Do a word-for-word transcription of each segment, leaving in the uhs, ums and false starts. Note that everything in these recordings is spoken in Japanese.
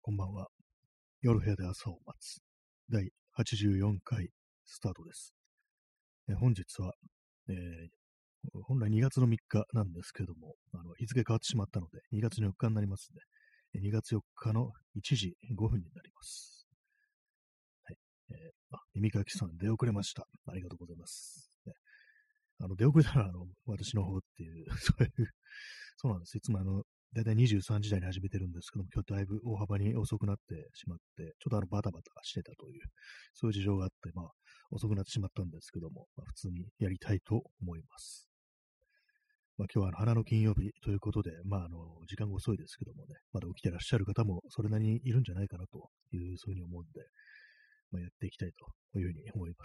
こんばんは。夜部屋で朝を待つ。だいはちじゅうよんかいスタートです。えー本日は、えー本来にがつのみっかなんですけども、あの日付変わってしまったので、にがつよっかになりますね。えーにがつよっかのいちじごふんになります。はい。えーあ、耳かきさん、出遅れました。ありがとうございます。ね、あの出遅れたら、あの、私の方っていう、そういう、そうなんです。いつもあの、だいたいにじゅうさんじ台に始めてるんですけども、今日だいぶ大幅に遅くなってしまって、ちょっとあのバタバタしてたという、そういう事情があって、まあ、遅くなってしまったんですけども、まあ、普通にやりたいと思います。まあ、今日はあの花の金曜日ということで、まあ、あの、時間が遅いですけどもね、まだ起きてらっしゃる方もそれなりにいるんじゃないかなという、そういうふうに思うんで、まあ、やっていきたいというふうに思います。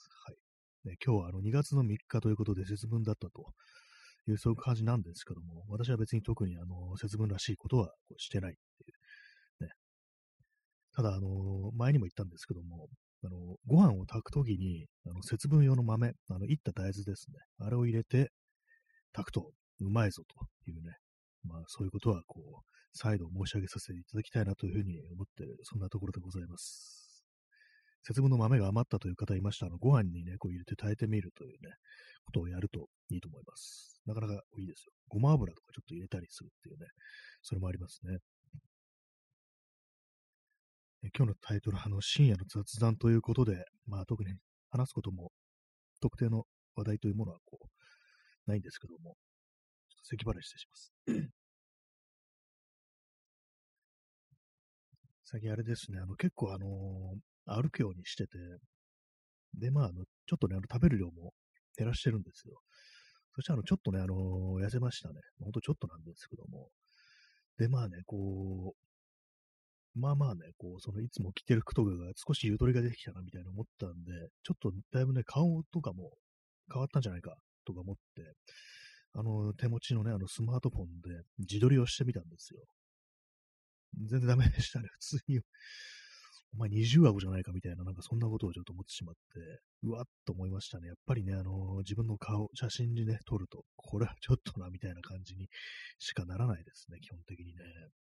はい。ね、今日はあのにがつのみっかということで節分だったという、そういう感じなんですけども、私は別に特にあの節分らしいことはこうしてないっていうね。ただ、あの、前にも言ったんですけども、あの、ご飯を炊くときに、あの、節分用の豆、あの、いった大豆ですね。あれを入れて炊くとうまいぞというね。まあ、そういうことは、こう、再度申し上げさせていただきたいなというふうに思っている、そんなところでございます。節分の豆が余ったという方いましたら、ご飯にね、こう入れて炊いてみるというね、ことをやるといいと思います。なかなかいいですよ。ごま油とかちょっと入れたりするっていうね、それもありますね。え今日のタイトルは、あの、深夜の雑談ということで、まあ特に話すことも特定の話題というものはこう、ないんですけども、ちょっと咳払いしてします。最近あれですね、あの結構あのー歩くようにしてて、で、まあ、あの、ちょっとね、あの食べる量も減らしてるんですよ。そしたら、あの、ちょっとね、あのー痩せましたね。ほんとちょっとなんですけども。で、まあね、こう、まあまあね、こう、そのいつも着てる服とかが少しゆとりができたなみたいな思ったんで、ちょっとだいぶね、顔とかも変わったんじゃないかとか思って、あの、手持ちのね、あのスマートフォンで自撮りをしてみたんですよ。全然ダメでしたね。普通に、お前二重顎じゃないかみたいな、なんかそんなことをちょっと思ってしまって、うわっと思いましたね。やっぱりね、あの、自分の顔、写真にね、撮ると、これはちょっとな、みたいな感じにしかならないですね、基本的にね。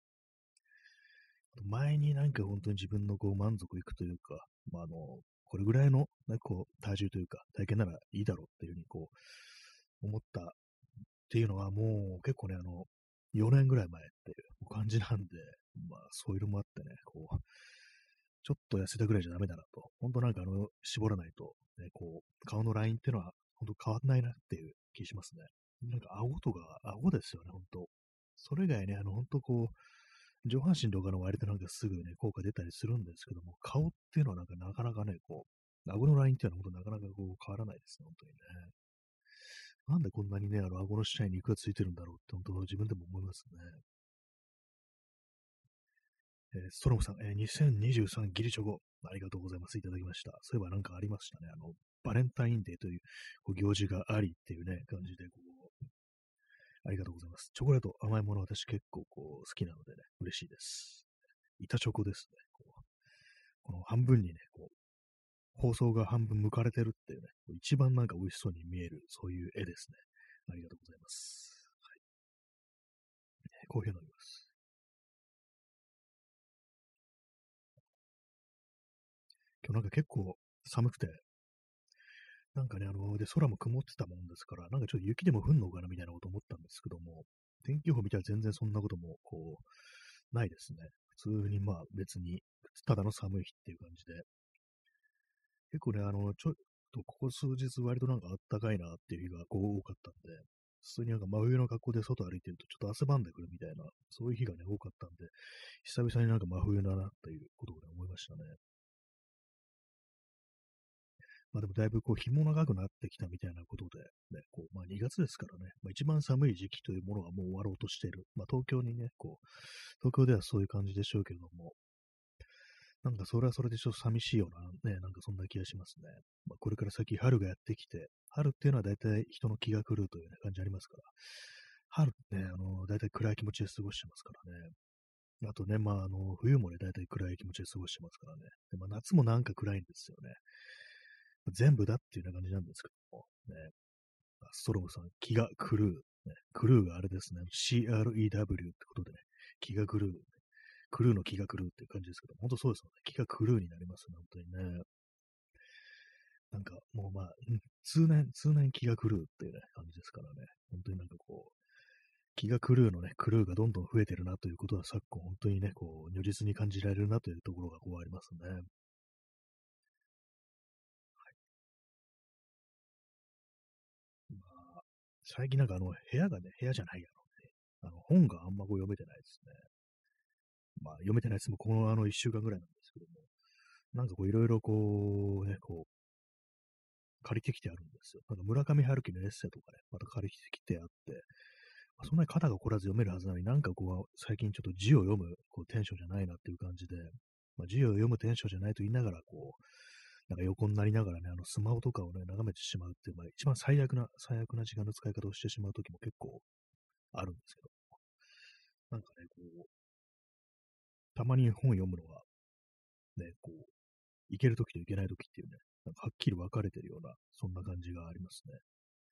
前になんか本当に自分のこう満足いくというか、まあ、あの、これぐらいの、ね、こう、体重というか、体型ならいいだろうっていうふうにこう、思ったっていうのはもう結構ね、あの、よねんぐらい前っていう感じなんで、まあ、そういうのもあってね、こう、ちょっと痩せたぐらいじゃダメだなと。本当なんかあの、絞らないと、ね、こう、顔のラインっていうのは、本当変わんないなっていう気しますね。なんか顎とか、顎ですよね、本当それ以外ね、あの、本当こう、上半身とかの割となんかすぐね、効果出たりするんですけども、顔っていうのはなんかなかなかね、こう、顎のラインっていうのは本当なかなかこう変わらないですね、本当にね。なんでこんなにね、あの、顎の下に肉がついてるんだろうって、本当自分でも思いますね。えーストロムさん、えーにせんにじゅうさんギリチョコ、ありがとうございます。いただきました。そういえばなんかありましたね。あの、バレンタインデーというこう行事がありっていうね、感じで、こう、ありがとうございます。チョコレート、甘いもの私結構こう好きなのでね、嬉しいです。板チョコですね。こうこの半分にね、こう、包装が半分剥かれてるっていうね、こう一番なんか美味しそうに見える、そういう絵ですね。ありがとうございます。はい。コーヒー飲みます。今日なんか結構寒くて、なんかね、あの、で、空も曇ってたもんですから、なんかちょっと雪でも降んのかなみたいなこと思ったんですけども、天気予報見たら全然そんなことも、こう、ないですね。普通にまあ別に、ただの寒い日っていう感じで、結構ね、あの、ちょっとここ数日割となんかあったかいなっていう日がこう多かったんで、普通になんか真冬の格好で外歩いてるとちょっと汗ばんでくるみたいな、そういう日がね、多かったんで、久々になんか真冬だなっていうことをね、思いましたね。まあでもだいぶこう日も長くなってきたみたいなことで、ね、こう、まあにがつですからね、まあ一番寒い時期というものがもう終わろうとしている。まあ東京にね、こう、東京ではそういう感じでしょうけれども、なんかそれはそれでちょっと寂しいような、ね、なんかそんな気がしますね。まあこれから先春がやってきて、春っていうのは大体人の気が狂うという、ね、感じありますから、春ってね、あの、大体暗い気持ちで過ごしてますからね。あとね、まあ、あの、冬もね、大体暗い気持ちで過ごしてますからね。で、まあ、夏もなんか暗いんですよね。全部だっていうような感じなんですけども、ね。ストロムさん、気が狂う。ね、狂うがあれですね。シーアールイーダブリュー ってことでね、気が狂う。 狂うの気が狂うっていう感じですけど、本当そうですよね。気が狂うになりますね、本当にね。なんかもうまあ、うん通年、通年気が狂うっていうね、感じですからね。本当になんかこう、気が狂うのね、狂うがどんどん増えてるなということは昨今本当にね、こう、如実に感じられるなというところがこうありますね。まあ、最近なんかあの、部屋がね、部屋じゃないやあの、ね、あの本があんまこう読めてないですね。まあ、読めてないですもこのあのいっしゅうかんぐらいなんですけども、なんかこういろいろこうね、こう、借りてきてあるんですよ。なんか村上春樹のエッセイとかね、また借りてきてあって、まあそんなに肩が凝らず読めるはずなのに、なんかこう、最近ちょっと字を読むこうテンションじゃないなっていう感じで、まあ、字を読むテンションじゃないと言いながら、こう、なんか横になりながらね、あのスマホとかをね、眺めてしまうっていう、まあ一番最悪な、最悪な時間の使い方をしてしまう時も結構あるんですけど、なんかね、こう、たまに本読むのがね、こう、いける時といけない時っていうね、なんかはっきり分かれてるような、そんな感じがありますね。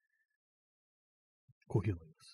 コーヒーを飲みます。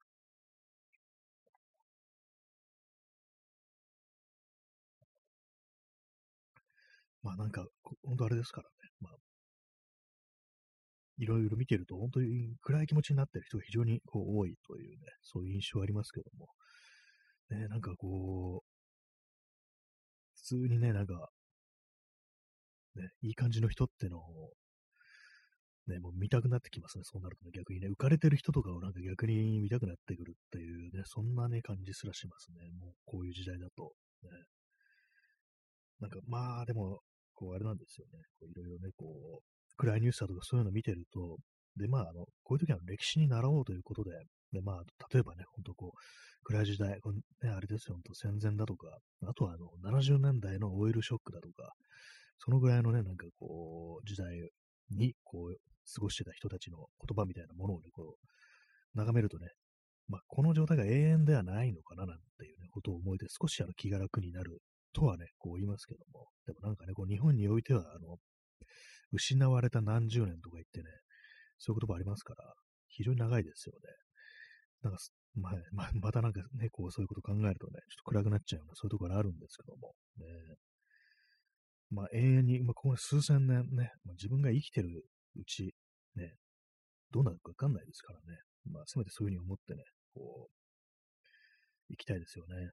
まあなんか、こ本当あれですからね。まあ、いろいろ見てると、本当に暗い気持ちになってる人が非常にこう多いというね、そういう印象はありますけども、ね、なんかこう、普通にね、なんか、ね、いい感じの人ってのを、ね、もう見たくなってきますね。そうなるとね、逆にね、浮かれてる人とかをなんか逆に見たくなってくるっていうね、そんなね、感じすらしますね。もうこういう時代だと。ね、なんかまあ、でも、こうあれなんですよね。こういろいろね、こう、暗いニュースだとかそういうの見てると、で、まあ、あの、こういう時は歴史に習おうということで、で、まあ、例えばね、ほんとこう、暗い時代、こうね、あれですよ、ほんと戦前だとか、あとはあの、ななじゅうねんだいのオイルショックだとか、そのぐらいのね、なんかこう、時代に、こう、過ごしてた人たちの言葉みたいなものをね、こう、眺めるとね、まあ、この状態が永遠ではないのかななんていうね、ことを思えて、少しあの気が楽になるとはね、こう言いますけども、でもなんかね、こう日本においては、あの、失われた何十年とか言ってね、そういう言葉ありますから、非常に長いですよね。なんかす、まあ、ままたなんかね、こうそういうこと考えるとね、ちょっと暗くなっちゃうような、そういうところあるんですけども、ね、まあ永遠に、まあ、この数千年ね、まあ、自分が生きてるうち、ね、どうなるかわかんないですからね、まあせめてそういうふうに思ってね、こう、生きたいですよね。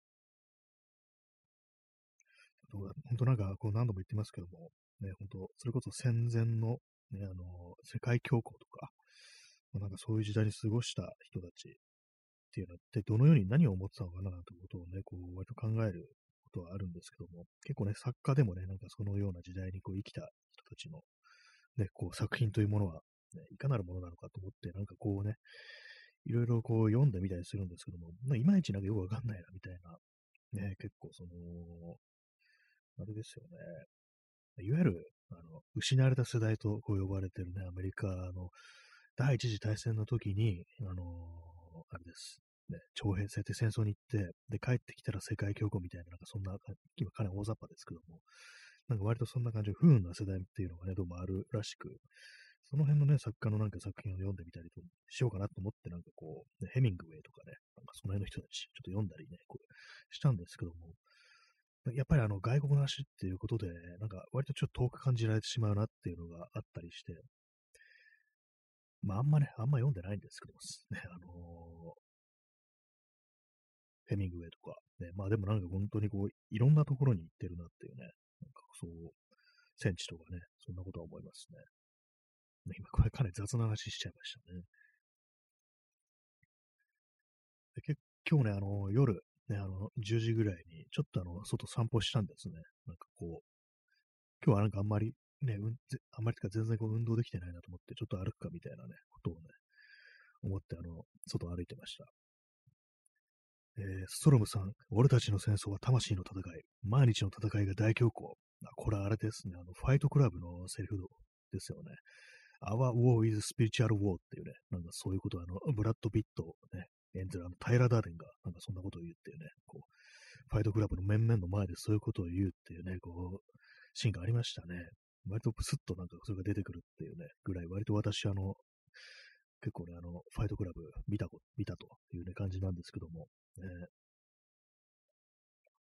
本当なんか、こう何度も言ってますけども、ね、本当それこそ戦前の、ね、あの、世界恐慌とか、まあなんかそういう時代に過ごした人たちっていうのって、どのように何を思ってたのかなということをね、こう、割と考えることはあるんですけども、結構ね、作家でもね、なんかそのような時代にこう生きた人たちの、ね、こう、作品というものは、ね、いかなるものなのかと思って、なんかこうね、いろいろこう読んでみたりするんですけども、まあ、いまいちなんかよくわかんないな、みたいな、ね、結構その、あれですよね。いわゆる、あの、失われた世代とこう呼ばれてるね、アメリカの第一次大戦の時に、あのあれです。ね、徴兵されて戦争に行って、で、帰ってきたら世界恐慌みたいな、なんかそんな、今かなり大雑把ですけども、なんか割とそんな感じで不運な世代っていうのがね、どうもあるらしく、その辺のね、作家のなんか作品を読んでみたりとしようかなと思って、なんかこう、ね、ヘミングウェイとかね、なんかその辺の人たち、ちょっと読んだりね、こう、したんですけども、やっぱりあの外国の話っていうことで、なんか割とちょっと遠く感じられてしまうなっていうのがあったりして、まああんまね、あんま読んでないんですけども、ね、あのーヘミングウェイとか、ね、まあでもなんか本当にこう、いろんなところに行ってるなっていうね、なんかそう、戦地とかね、そんなことは思いますね。ね今これかなり雑な話しちゃいましたね。で結今日ね、あの、夜、ね、あの、じゅうじぐらいに、ちょっとあの、外散歩したんですね。なんかこう、今日はなんかあんまり、ね、うん、ぜあんまりか全然こう運動できてないなと思って、ちょっと歩くかみたいなね、ことをね、思って、あの、外を歩いてました。えーストロムさん、俺たちの戦争は魂の戦い。毎日の戦いが大恐慌。あ、これあれですね、あの、ファイトクラブのセリフですよね。Our War is Spiritual War っていうね、なんかそういうことをあの、ブラッド・ピット、ね、演ずるあの、タイラー・ダーデンが、なんかそんなことを言うっていうね、こう、ファイトクラブの面々の前でそういうことを言うっていうね、こう、シーンがありましたね。割とプスッとなんかそれが出てくるっていうね、ぐらい、割と私、あの、結構ね、あの、ファイトクラブ見たこ、見たというね、感じなんですけども、ね、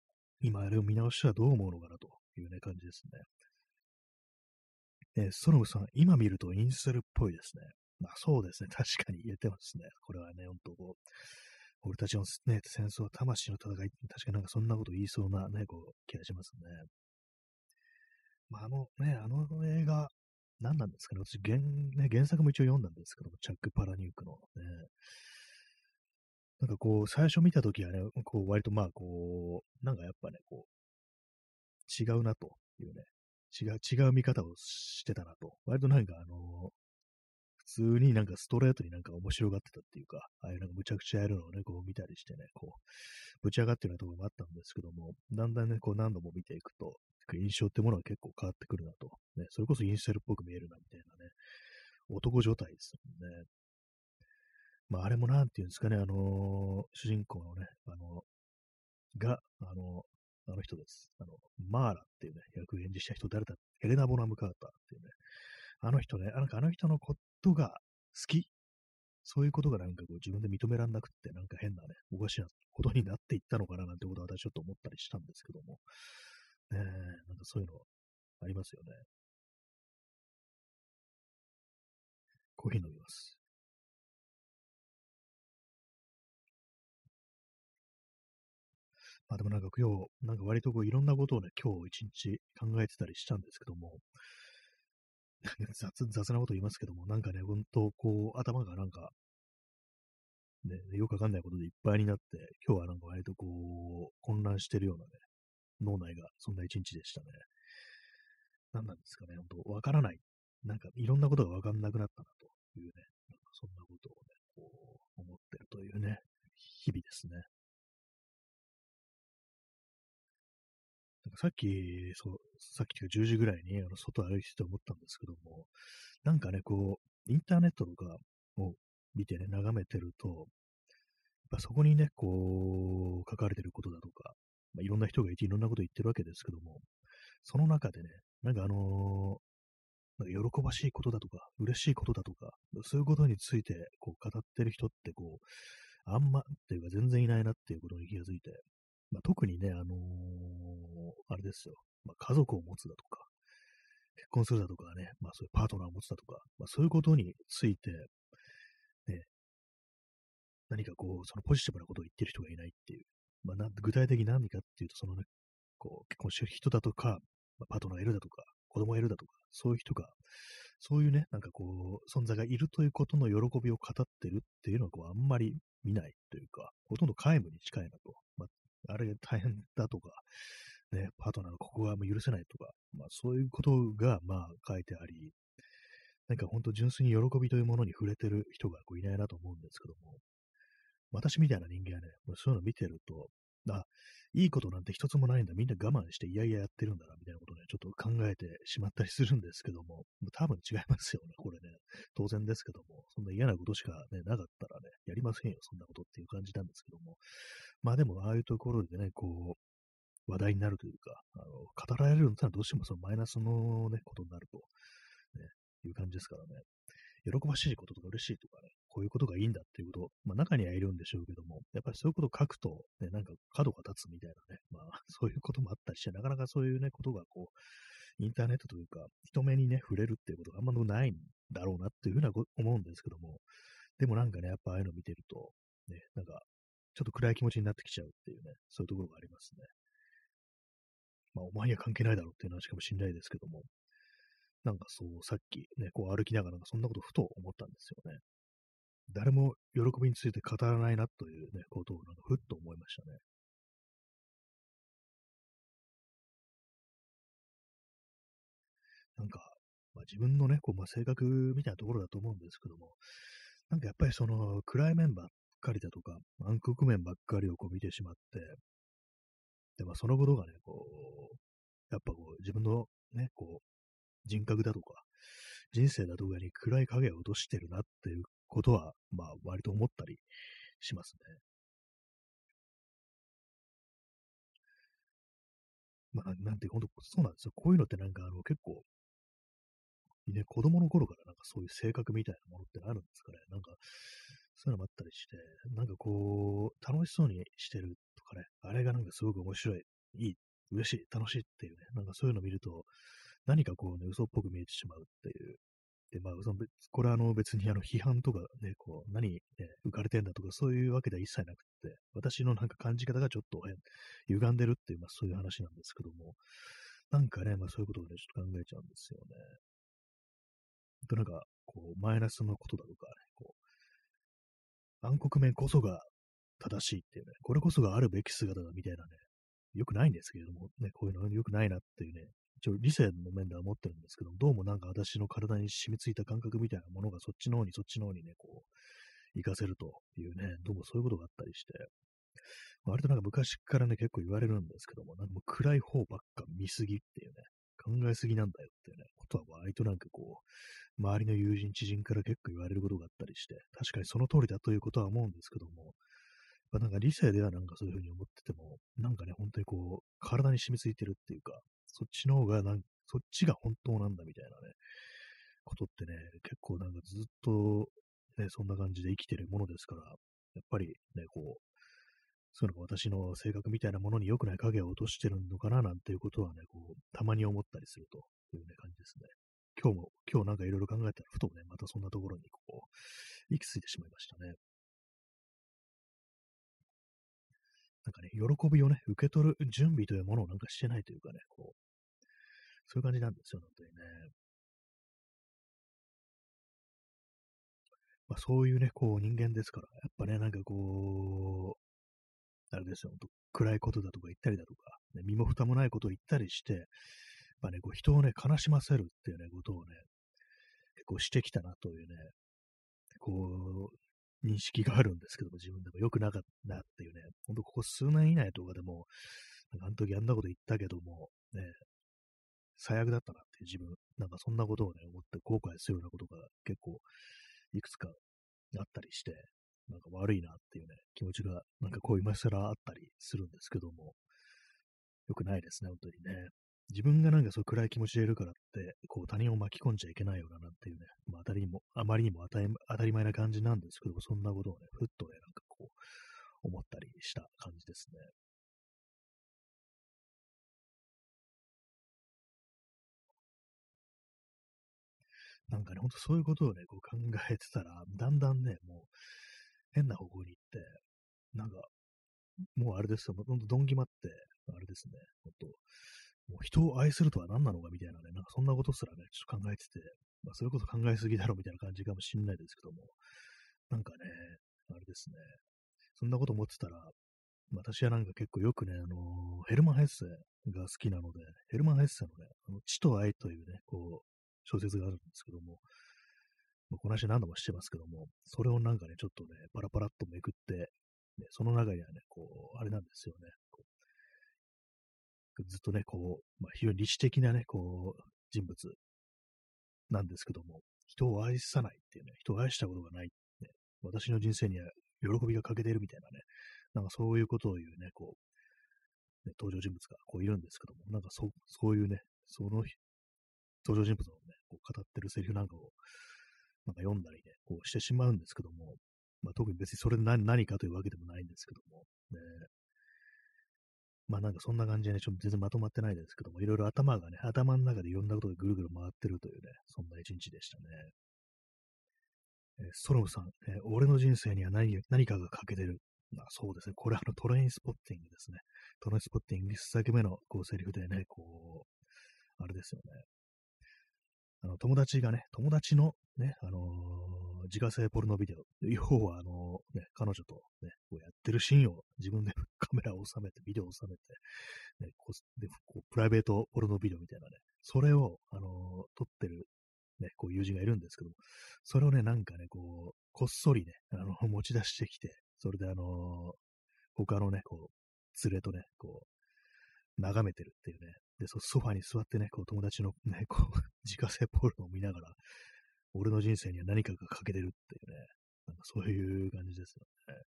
今あれを見直してはどう思うのかなというね、感じですね。えーストロムさん、今見るとインセルっぽいですね。まあそうですね。確かに言えてますね。これはね、ほんとこう、俺たちのね、戦争は魂の戦い、確かなんかそんなこと言いそうなね、こう、気がしますね。まあ、あのね、あの映画、何なんですかね。私原、ね、原作も一応読んだんですけども、チャック・パラニュークの、ね。なんかこう、最初見たときはね、こう、割とまあ、こう、なんかやっぱね、こう、違うなというね、違う、違う見方をしてたなと。割となんかあの、普通になんかストレートになんか面白がってたっていうか、ああいうなんかむちゃくちゃやるのをね、こう見たりしてね、こう、ぶち上がってるようなところもあったんですけども、だんだんね、こう何度も見ていくと、印象ってものは結構変わってくるなと。ね、それこそインセルっぽく見えるなみたいなね、男状態ですもんね。まあ、あれもなんていうんですかね、あのー主人公のね、あのが、あのあの人です。あの、マーラっていうね、役を演じした人、誰だヘレナ・ボナム・カーターっていうね、あの人ね、なんかあの人のことが好き、そういうことがなんかこう自分で認めらんなくって、なんか変なね、おかしなことになっていったのかななんてことは私ちょっと思ったりしたんですけども、ねえ、なんかそういうのありますよね。コーヒー飲みます。まあでもなんか今日、なんか割とこういろんなことをね、今日一日考えてたりしたんですけども、雑、雑なこと言いますけども、なんかね、ほんとこう頭がなんかね、よくわかんないことでいっぱいになって、今日はなんか割とこう混乱してるようなね、脳内がそんな一日でしたね。何なんですかね、ほんとわからない。なんかいろんなことがわかんなくなったなというね、なんかそんなことをね、こう思ってるというね、日々ですね。なんかさっき、そう、さっきというかじゅうじぐらいにあの外歩いてて思ったんですけども、なんかね、こう、インターネットとかを見てね、眺めてると、やっぱそこにね、こう、書かれてることだとか、まあ、いろんな人がいていろんなこと言ってるわけですけども、その中でね、なんかあのーなんか喜ばしいことだとか、嬉しいことだとか、そういうことについてこう語ってる人ってこう、あんまっていうか全然いないなっていうことに気がついて、まあ、特にね、あのーあれですよ、まあ、家族を持つだとか、結婚するだとかね、まあそういうパートナーを持つだとか、まあそういうことについて、ね、何かこう、そのポジティブなことを言ってる人がいないっていう、まあな具体的に何かっていうと、そのね、こう、結婚してる人だとか、まあ、パートナーがいるだとか、子供がいるだとか、そういう人が、そういうね、なんかこう、存在がいるということの喜びを語ってるっていうのは、こう、あんまり見ないというか、ほとんど皆無に近いなと。まあ、あれが大変だとか、ね、パートナーのここがもう許せないとか、まあ、そういうことが、まあ、書いてあり、なんか本当純粋に喜びというものに触れてる人がこういないなと思うんですけども、私みたいな人間はね、もうそういうの見てると、あ、いいことなんて一つもないんだ。みんな我慢していやいややってるんだな、みたいなことをね、ちょっと考えてしまったりするんですけども、もう多分違いますよね、これね。当然ですけども、そんな嫌なことしかね、なかったらね、やりませんよ、そんなことっていう感じなんですけども。まあでも、ああいうところでね、こう、話題になるというか、あの、語られるのはどうしてもそのマイナスのね、ことになると、ね、いう感じですからね。喜ばしいこととか嬉しいとかね、こういうことがいいんだっていうこと、まあ中にはいるんでしょうけども、やっぱりそういうことを書くと、ね、なんか角が立つみたいなね、まあそういうこともあったりして、なかなかそういうね、ことがこう、インターネットというか、人目にね、触れるっていうことがあんまないんだろうなっていうふうなこ思うんですけども、でもなんかね、やっぱああいうの見てると、ね、なんか、ちょっと暗い気持ちになってきちゃうっていうね、そういうところがありますね。まあ、お前には関係ないだろうっていう話かもしれないですけども、なんかそう、さっきね、こう歩きながら、そんなことふと思ったんですよね。誰も喜びについて語らないなというね、ことをなんかふっと思いましたね。なんか、まあ、自分のね、こう、まあ、性格みたいなところだと思うんですけども、なんかやっぱりその暗い面ばっかりだとか、暗黒面ばっかりをこう見てしまって、で、まあそのことがね、こう、やっぱこう自分のね、こう人格だとか、人生だとかに暗い影を落としてるなっていうことは、まあ割と思ったりしますね。まあなんて本当そうなんですよ。こういうのってなんかあの結構ね、子供の頃からなんかそういう性格みたいなものってあるんですかね。なんか、そういうのもあったりして、なんかこう、楽しそうにしてるとかね、あれがなんかすごく面白いいい、嬉しい、楽しいっていうね、なんかそういうのを見ると、何かこうね、嘘っぽく見えてしまうっていう。で、まあ、その別これはあの別にあの批判とかね、こう、何、ね、浮かれてんだとかそういうわけでは一切なくって、私のなんか感じ方がちょっと変、歪んでるっていう、まあそういう話なんですけども、なんかね、まあそういうことをね、ちょっと考えちゃうんですよね。となんか、こう、マイナスのことだとかね、こう、暗黒面こそが正しいっていうね、これこそがあるべき姿だみたいなね、良くないんですけれども、ね、こういうの良くないなっていうね、一応理性の面では思ってるんですけども、どうもなんか私の体に染みついた感覚みたいなものがそっちの方にそっちの方にね、こう、活かせるというね、どうもそういうことがあったりして、割となんか昔からね、結構言われるんですけども、なんかもう暗い方ばっか見すぎっていうね、考えすぎなんだよっていうね、ことは割となんかこう、周りの友人、知人から結構言われることがあったりして、確かにその通りだということは思うんですけども、まあ、なんか理性ではなんかそういうふうに思ってても、なんかね、本当にこう、体に染みついてるっていうか、そっちの方がなん、そっちが本当なんだみたいなね、ことってね、結構なんかずっと、ね、そんな感じで生きてるものですから、やっぱりね、こう、そういうのが私の性格みたいなものに良くない影を落としてるのかななんていうことはね、こう、たまに思ったりするというね、感じですね。今日も、今日なんかいろいろ考えたら、ふとね、またそんなところにこう、行き着いてしまいましたね。なんかね、喜びをね、受け取る準備というものをなんかしてないというかね、こう、そういう感じなんですよ、本当にね。まあ、そういうね、こう人間ですから、やっぱね、なんかこう、あれですよ、本当暗いことだとか言ったりだとか、ね、身も蓋もないことを言ったりして、まあね、こう人をね、悲しませるっていうね、ことをね、結構してきたなというね、こう、認識があるんですけども、自分でも良くなかったなっていうね、ほんとここ数年以内とかでも、なんかあの時あんなこと言ったけども、ね、最悪だったなっていう自分、なんかそんなことをね、思って後悔するようなことが結構いくつかあったりして、なんか悪いなっていうね、気持ちがなんかこう今更あったりするんですけども、良くないですね、本当にね。自分がなんかそう暗い気持ちでいるからって、こう他人を巻き込んじゃいけないよななんていうね、まあ、当たりにも、あまりにも当たり当たり前な感じなんですけども、そんなことをね、ふっとね、なんかこう、思ったりした感じですね。なんかね、ほんとそういうことをね、こう考えてたら、だんだんね、もう変な方向に行って、なんか、もうあれですよ、ほんとどんぎまって、あれですね、ほんと、もう人を愛するとは何なのかみたいなね、なんかそんなことすらね、ちょっと考えてて、まあそういうこと考えすぎだろみたいな感じかもしんないですけども、なんかね、あれですね、そんなこと思ってたら、私はなんか結構よくね、あのヘルマン・ヘッセが好きなので、ヘルマン・ヘッセのね、あの地と愛というね、こう、小説があるんですけども、まあ、この話何度もしてますけども、それをなんかね、ちょっとね、パラパラっとめくって、ね、その中にはね、こう、あれなんですよね、こうずっとね、こう、まあ、非常に理知的なね、こう、人物なんですけども、人を愛さないっていうね、人を愛したことがない、ね、私の人生には喜びが欠けているみたいなね、なんかそういうことを言うね、こう、ね、登場人物がこういるんですけども、なんかそそういうね、その登場人物のね、こう語ってるセリフなんかを、なんか読んだりね、こうしてしまうんですけども、まあ、特に別にそれで何何かというわけでもないんですけども、ね、まあなんかそんな感じでね、ちょっと全然まとまってないですけども、いろいろ頭がね、頭の中でいろんなことがぐるぐる回ってるというね、そんな一日でしたね。えーストロムさん、えー俺の人生には何何かが欠けてる。まあそうですね。これあのトレインスポッティングですね。トレインスポッティング一作目のこうセリフでね、こう、あれですよね。あの友達がね、友達のね、あのー自家製ポルノビデオ、要はあのね、彼女とね、こうやってるシーンを自分でカメラを収めて、ビデオを収めて、ね、こうでこうプライベートポルノビデオみたいなね、それを、あのー撮ってるね、こう友人がいるんですけども、それをね、なんかね、こう、こっそりね、あの、持ち出してきて、それであの他のね、こう、連れとね、こう、眺めてるっていうね。で、そソファに座ってね、こう、友達のね、こう、自家製ポルノを見ながら、俺の人生には何かが欠けてるっていうね、なんかそういう感じですよね。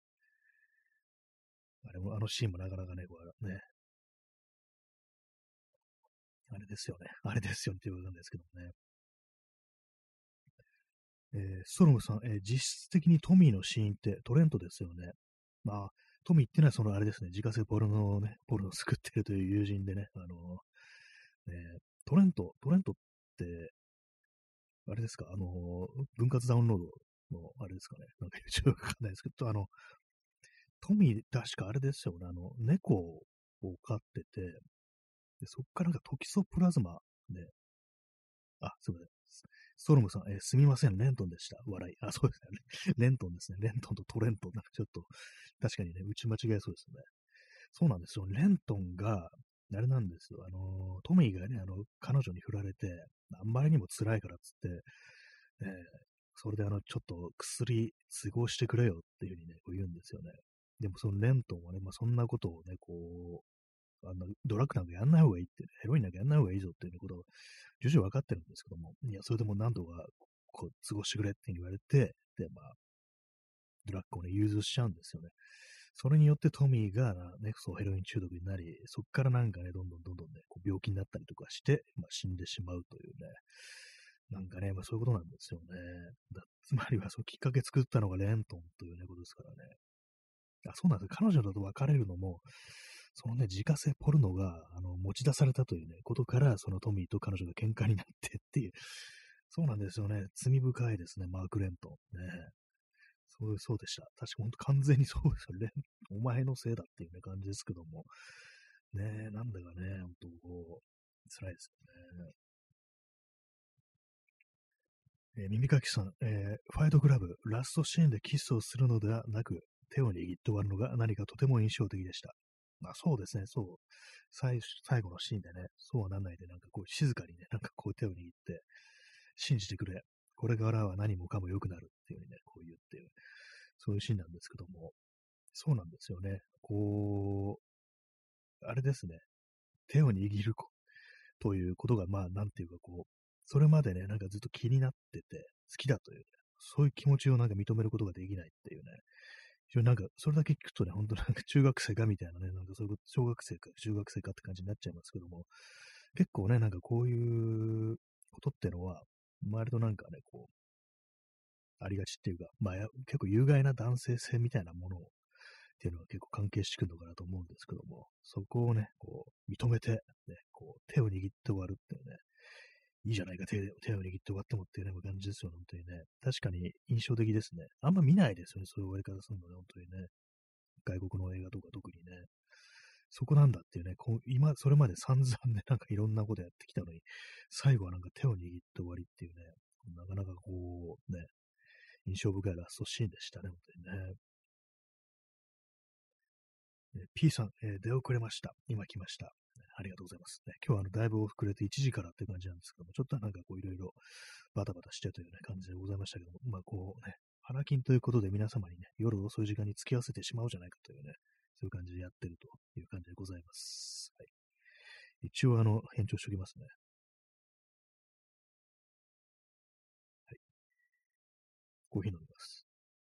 あれも、あのシーンもなかなかね、こう、ね、あれですよね。あれですよっていうことなんですけどもね。えーストロムさん、えー実質的にトミーの死因ってトレントですよね。まあ、 トミーっていうのはそのあれですね、自家製ポルノをね、ポルノを作ってるという友人でね、あの、ね、トレント、トレントって、あれですか、あの、分割ダウンロードの、あれですかね、なんか YouTube わかんないですけど、あの、トミー、確かあれですよね、あの、猫を飼ってて、でそっからなんかトキソプラズマで、あ、すみません。ストロムさん、えーすみません、レントンでした。笑い。あ、そうですね。レントンですね。レントンとトレントン。なんかちょっと、確かにね、打ち間違えそうですね。そうなんですよ。レントンが、あれなんですよ。あの、トミーがね、あの、彼女に振られて、あんまりにも辛いからっつって、えーそれであの、ちょっと薬都合してくれよっていうふうにね、こう言うんですよね。でもそのレントンはね、まあそんなことをね、こう、あの、ドラッグなんかやんない方がいいって、ね、ヘロインなんかやんない方がいいぞっていうことを、徐々に分かってるんですけども、いや、それでも何とか、こう、都合してくれって言われて、で、まあ、ドラッグをね、融通しちゃうんですよね。それによってトミーが、ね、そうヘロイン中毒になり、そこからなんかね、どんどんどんどんね、こう病気になったりとかして、まあ、死んでしまうというね、なんかね、まあそういうことなんですよね。だつまりは、そのきっかけ作ったのがレントンというね、ことですからね。あ、そうなんですよ。彼女だと別れるのも、そのね、自家製ポルノが、あの、持ち出されたというね、ことから、そのトミーと彼女が喧嘩になってっていう、そうなんですよね。罪深いですね、マーク・レントン。ね。そう、そうでした。確か本当完全にそうですよね。お前のせいだっていうね、感じですけども。ねえ、なんだかね、本当こう、辛いですよね。えー耳かきさん、えーファイトクラブ、ラストシーンでキスをするのではなく、手を握って終わるのが何かとても印象的でした。まあそうですね、そう。最最後のシーンでね、そうはなんないで、なんかこう静かにね、なんかこう手を握って、信じてくれ。これからは何もかも良くなるっていうふうにね、こう言うっていう、そういうシーンなんですけども、そうなんですよね。こう、あれですね、手を握るということが、まあ、なんていうかこう、それまでね、なんかずっと気になってて、好きだというね、そういう気持ちをなんか認めることができないっていうね、非常になんか、それだけ聞くとね、本当なんか中学生かみたいなね、なんかそういうこと、小学生か中学生かって感じになっちゃいますけども、結構ね、なんかこういうことってのは、割となんかね、こう、ありがちっていうか、まあ、や結構有害な男性性みたいなものをっていうのは結構関係してくるのかなと思うんですけども、そこをね、こう、認めて、ね、こう、手を握って終わるっていうね、いいじゃないか、手で手を握って終わってもっていうね、感じですよね、本当にね。確かに印象的ですね。あんま見ないですよね、そういう終わり方するのね、本当にね。外国の映画とか特にね。そこなんだっていうね、こう今、それまで散々ね、なんかいろんなことやってきたのに、最後はなんか手を握って終わりっていうね、なかなかこう、ね、印象深いラストシーンでしたね、本当にね。えー P さん、えー出遅れました。今来ました。ありがとうございます。ね、今日はあのだいぶ遅れていちじからっていう感じなんですけども、ちょっとなんかこういろいろバタバタしてという、ね、感じでございましたけども、まあこうね、花金ということで皆様にね、夜遅い時間に付き合わせてしまおうじゃないかというね、そういう感じでやってるという感じでございます。はい、一応あの、延長しておきますね。はい、コーヒー飲みます。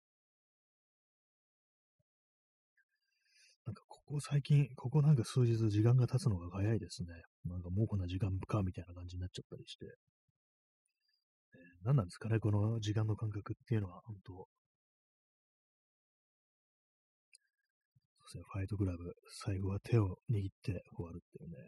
なんかここ最近、ここなんか数日時間が経つのが早いですね。なんかもうこんな時間かみたいな感じになっちゃったりして。何なんですかね、この時間の感覚っていうのは、本当そうですね、ファイトクラブ、最後は手を握って終わるっていうね。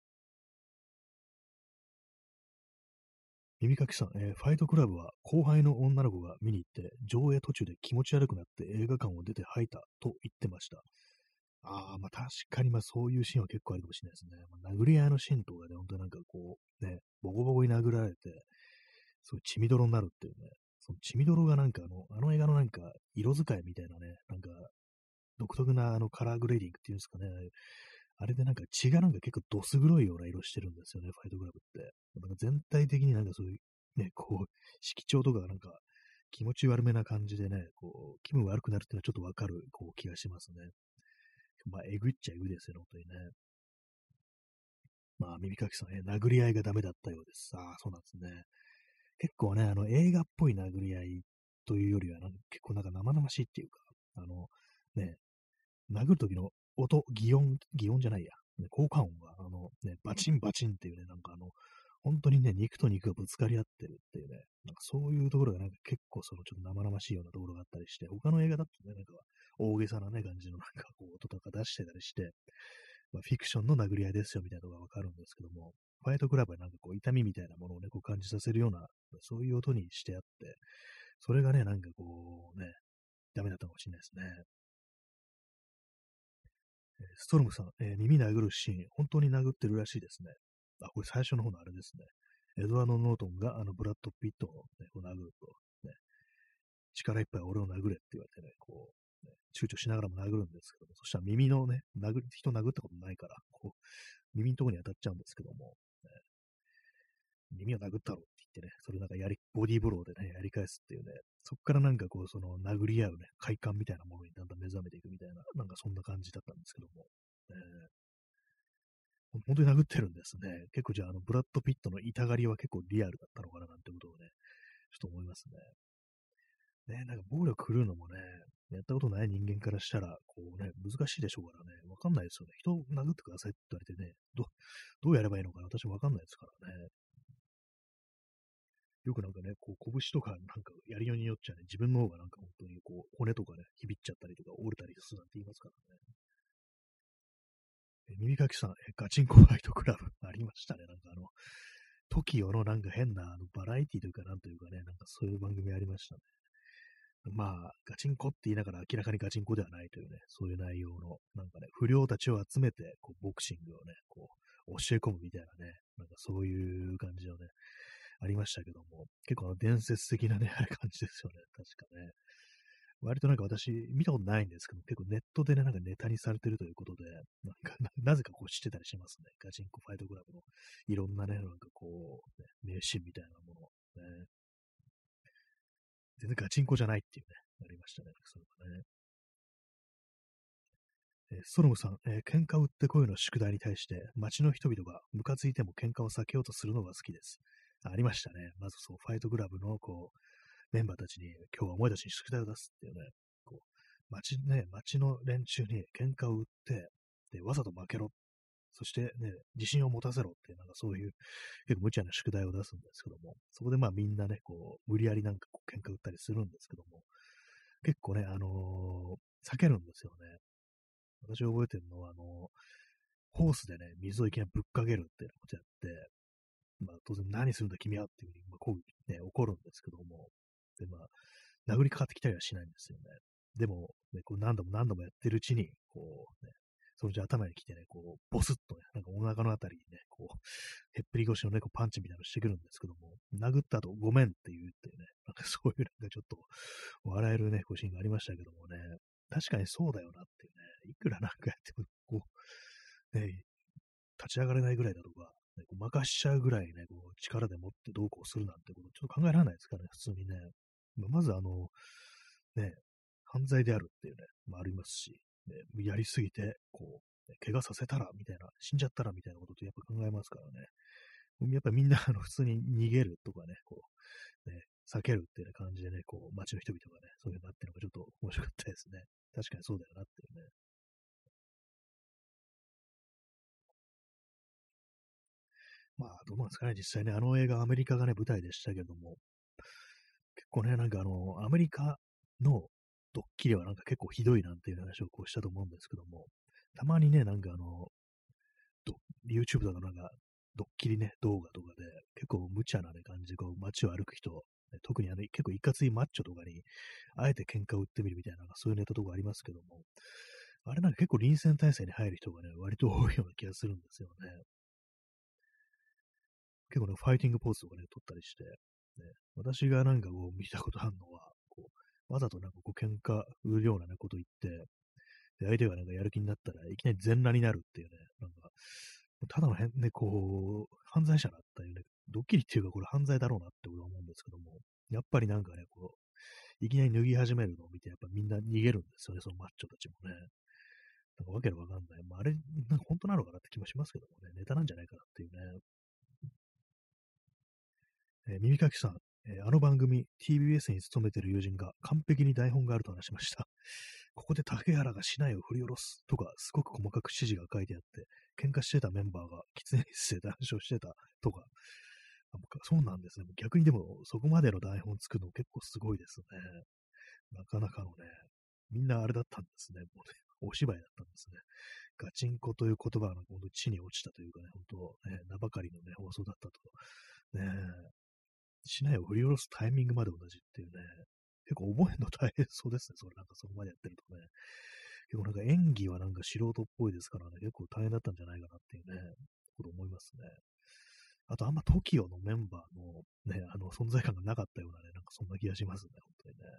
耳かきさん、えーファイトクラブは後輩の女の子が見に行って、上映途中で気持ち悪くなって映画館を出て吐いたと言ってました。ああ、まあ確かにまあそういうシーンは結構あるかもしれないですね。まあ、殴り合いのシーンとかで本当になんかこう、ね、ボコボコに殴られて、そう血みどろになるっていうね。その血みどろがなんかあの、あの映画のなんか色使いみたいなね、なんか独特なあのカラーグレーディングっていうんですかね。あれでなんか血がなんか結構どす黒いような色してるんですよね、ファイトクラブって。なんか全体的になんかそういう、ね、こう、色調とかがなんか気持ち悪めな感じでね、こう、気分悪くなるっていうのはちょっとわかる、こう、気がしますね。まあ、えぐいっちゃえぐいですよね、本当にね。まあ、耳かきさん、ね、殴り合いがダメだったようです。ああ、そうなんですね。結構ね、あの、映画っぽい殴り合いというよりは、なんか結構なんか生々しいっていうか、あの、ね、殴る時の音、擬音、擬音じゃないや。ね、効果音が、あの、ね、バチンバチンっていうね、なんかあの、 本当にね、肉と肉がぶつかり合ってるっていうね、なんかそういうところがなんか結構そのちょっと生々しいようなところがあったりして、他の映画だとね、なんか大げさなね、感じのなんかこう音とか出してたりして、まあ、フィクションの殴り合いですよみたいなのがわかるんですけども、ファイトクラブはなんかこう痛みみたいなものをね、こう感じさせるような、そういう音にしてあって、それがね、なんかこうね、ダメだったかもしれないですね。えーストロムさん、えー耳殴るシーン、本当に殴ってるらしいですね。あ、これ最初の方のあれですね。エドワード・ノートンがあのブラッド・ピットを、ね、こう殴ると、ね、力いっぱい俺を殴れって言われてね、こう、ね、躊躇しながらも殴るんですけども、そしたら耳のね、殴り人殴ったことないから、こう、耳のところに当たっちゃうんですけども、ね、耳を殴ったろって言ってね、それなんかやり、ボディーブローでね、やり返すっていうね、そっからなんかこう、その殴り合うね、快感みたいなものにだんだん目覚めていくみたいな、なんかそんな感じだったんですけども、ね、本当に殴ってるんですね。結構じゃあ、あの、ブラッド・ピットの痛がりは結構リアルだったのかななんてことをね、ちょっと思いますね。ね、なんか暴力振るうのもね、やったことない人間からしたら、こうね、難しいでしょうからね、わかんないですよね。人を殴ってくださいって言われてね、ど、どうやればいいのかな、私わかんないですからね。よくなんかね、こう、拳とかなんかやりようによっちゃね、自分の方がなんか本当にこう、骨とかね、響っちゃったりとか折れたりするなんて言いますからね。え耳かきさん、えガチンコファイトクラブありましたね。なんかあの、トキオのなんか変なあのバラエティというかなんというかね、なんかそういう番組ありましたね。まあ、ガチンコって言いながら明らかにガチンコではないというね、そういう内容の、なんかね、不良たちを集めて、こう、ボクシングをね、こう、教え込むみたいなね、なんかそういう感じのね、ありましたけども、結構あの伝説的なね、あれ感じですよね、確かね。割となんか私、見たことないんですけど、結構ネットでね、なんかネタにされてるということで、なんかな、なぜかこう知ってたりしますね。ガチンコファイトクラブのいろんなね、なんかこう、ね、名シーンみたいなもの、ね、全然ガチンコじゃないっていうね、ありましたね。それがね。えーストロムさん、えー喧嘩売ってこいの宿題に対して、街の人々がムカついても喧嘩を避けようとするのが好きです。あありましたね。まずそう、ファイトクラブのこう、メンバーたちに、今日はお前たちに宿題を出すっていうね、こう、街ね、街の連中に喧嘩を売って、で、わざと負けろ。そしてね、自信を持たせろっていう、なんかそういう、結構無茶な宿題を出すんですけども、そこでまあみんなね、こう、無理やりなんかこう喧嘩売ったりするんですけども、結構ね、あのー避けるんですよね。私覚えてるのは、あの、ホースでね、水をいきなりぶっかけるっていうことやって、まあ当然何するんだ君はっていうふうに、まあ、こうね、怒るんですけども、で、まあ、殴りかかってきたりはしないんですよね。でも、ね、こう何度も何度もやってるうちに、こうね、そのうち頭に来てね、こう、ボスッとね、なんかお腹のあたりにね、こう、へっぴり腰のね、こうパンチみたいなのしてくるんですけども、殴った後、ごめんって言うっていうね、なんかそういうなんかちょっと笑えるね、こうシーンがありましたけどもね、確かにそうだよなっていうね、いくらなんかやっても、こう、ね、立ち上がれないぐらいだとか、ね、こう任しちゃうぐらいね、こう力で持ってどうこうするなんてこと、ちょっと考えられないですからね、普通にね。ままずあの、ね、犯罪であるっていうね、まあ、ありますし、ね、やりすぎて、こう、ね怪我させたら、みたいな、死んじゃったら、みたいなことってやっぱ考えますからね。やっぱみんな、あの、普通に逃げるとかね、こう、ね、避けるっていうような感じでね、こう、街の人々がね、そういうのになってるのがちょっと面白かったですね。確かにそうだよなっていうね。まあ、どうなんですかね、実際ね、あの映画、アメリカがね、舞台でしたけども、結構ね、なんかあの、アメリカのドッキリはなんか結構ひどいなんていう話をこうしたと思うんですけども、たまにね、なんかあの、ド YouTube とかなんか、ドッキリね、動画とかで、結構無茶なね、感じでこう街を歩く人、ね特にあの、結構いかついマッチョとかに、あえて喧嘩を売ってみるみたいな、そういうネタとかありますけども、あれなんか結構臨戦態勢に入る人がね、割と多いような気がするんですよね。結構ね、ファイティングポーズとかね、撮ったりして、ね、私がなんかこう見たことあるのは、こう、わざとなんかこう喧嘩売るようなね、こと言って、で、相手がなんかやる気になったらいきなり全裸になるっていうね、なんか、ただの変ね、こう、犯罪者だったいうね、ドッキリっていうかこれ犯罪だろうなってことは思うんですけども、やっぱりなんかね、こう、いきなり脱ぎ始めるのを見て、やっぱみんな逃げるんですよね、そのマッチョたちもね。なんかわけのわかんない。まあ、あれ、なんか本当なのかなって気もしますけどもね、ネタなんじゃないかなっていうね。えー耳かきさん、えーあの番組、ティービーエス に勤めている友人が完璧に台本があると話しました。ここで竹原が竹刀を振り下ろすとか、すごく細かく指示が書いてあって、喧嘩してたメンバーが喫煙室で談笑してたとか、 あそうなんですね。逆にでも、そこまでの台本作るの結構すごいですね。なかなかのね、みんなあれだったんですね。もうね、お芝居だったんですね。ガチンコという言葉が本当に地に落ちたというかね、本当、ね、名ばかりのね、放送だったと。ねえ、竹刀を振り下ろすタイミングまで同じっていうね、結構覚えるの大変そうですね。それなんかそこまでやってるとね。結構なんか演技はなんか素人っぽいですからね、結構大変だったんじゃないかなっていうね、こと思いますね。あとあんま トキオ のメンバーのね、あの存在感がなかったようなね、なんかそんな気がしますね、本当にね。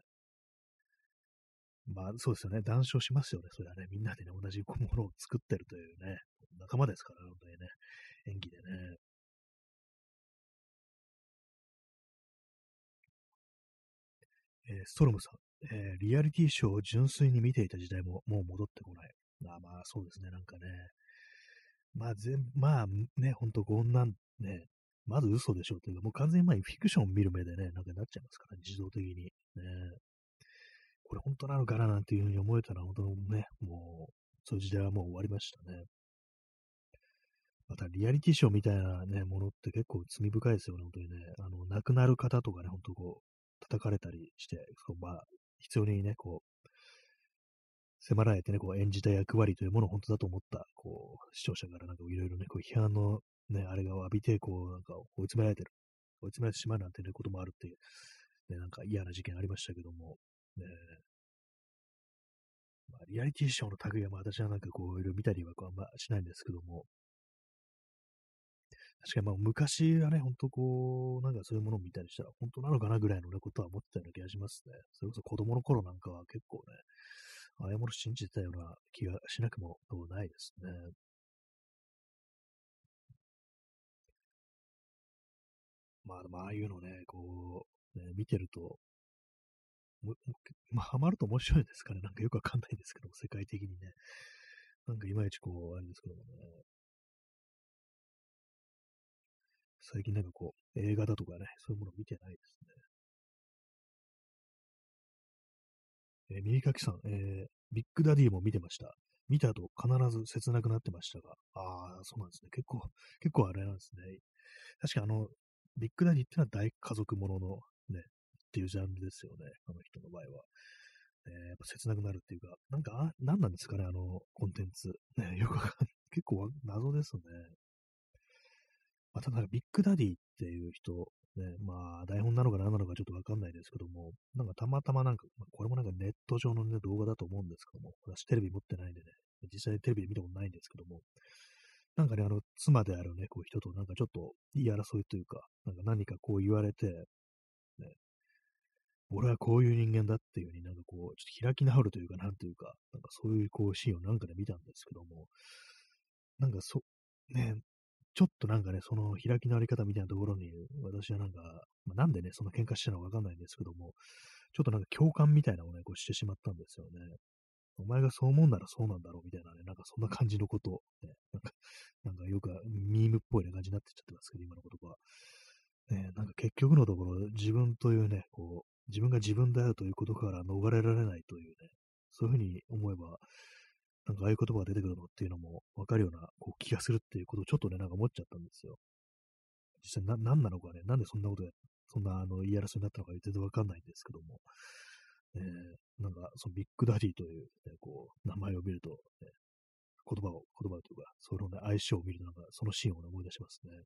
まあそうですよね。談笑しますよね。それはね、みんなでね、同じものを作ってるというね、仲間ですから、本当にね、演技でね。えーストロムさん、えーリアリティショーを純粋に見ていた時代ももう戻ってこない。まあまあ、そうですね、なんかね。まあ、全、まあね、ほんとこんなんね、まず嘘でしょうというか、もう完全に前にフィクションを見る目でね、なんかなっちゃいますから、自動的に。ね、これ本当なのかななんていうふうに思えたら、本当ね、もう、そういう時代はもう終わりましたね。また、リアリティショーみたいなね、ものって結構罪深いですよね、本当にね。あの、亡くなる方とかね、本当こう、叩かれたりして、そうまあ、必要にね、こう、迫られてね、こう演じた役割というものを本当だと思った、こう、視聴者からなんかいろいろね、こう批判のね、あれが浴びて、こう、なんか追い詰められてる、追い詰められてしまうなんてね、こともあるっていう、ね、なんか嫌な事件ありましたけども、ね、まあ、リアリティショーの類は、まあ、私はなんかこう、いろいろ見たりはこうあんましないんですけども、確かにまあ、昔はね、本当こう、なんかそういうものを見たりしたら、本当なのかなぐらいのね、ことは思ってたような気がしますね。それこそ子供の頃なんかは結構ね、ああいうもの信じてたような気がしなくもないですね。まあ、でもああいうのね、こう、ね、見てると、ももまあ、ハマると面白いですから、なんかよくわかんないですけども、世界的にね。なんかいまいちこう、あれですけどもね、最近なんかこう、映画だとかね、そういうもの見てないですね。えー、右かきさん、えー、ビッグダディも見てました。見た後必ず切なくなってましたが、ああ、そうなんですね。結構、結構あれなんですね。確かあの、ビッグダディってのは大家族もののね、っていうジャンルですよね。あの人の場合は。えーやっぱ切なくなるっていうか、なんか、あ、なんなんですかね、あの、コンテンツ。ね、よくわかんない。結構わ謎ですね。まあ、ただ、ビッグダディっていう人、ね、まあ、台本なのか何なのかちょっとわかんないですけども、なんかたまたまなんか、まあ、これもなんかネット上の、ね、動画だと思うんですけども、私テレビ持ってないんでね、実際テレビで見たことないんですけども、なんかね、あの、妻であるね、こう人となんかちょっと言い争いというか、なんか何かこう言われて、ね、俺はこういう人間だっていうふうになんかこう、ちょっと開き直るというか、なんというか、なんかそういうこうシーンをなんかで見たんですけども、なんかそ、ね、ちょっとなんかね、その開き直り方みたいなところに、私はなんか、まあ、なんでね、その喧嘩したのかわかんないんですけども、ちょっとなんか共感みたいなのをね、こうしてしまったんですよね。お前がそう思うんならそうなんだろうみたいなね、なんかそんな感じのことを、ね、なんか、なんかよくミームっぽいね感じになってっちゃってますけど、今の言葉は。ね、なんか結局のところ、自分というね、こう、自分が自分であるということから逃れられないというね、そういうふうに思えば、なんかああいう言葉が出てくるのっていうのもわかるようなこう気がするっていうことをちょっとね、なんか思っちゃったんですよ。実際な、なんなのかね、なんでそんなことや、そんなあの言い争いになったのか全然わかんないんですけども、えー、なんかそのビッグダディという、ね、こう、名前を見ると、ね、言葉を、言葉というか、そのね、相性を見るとなんかそのシーンを、ね、思い出しますね。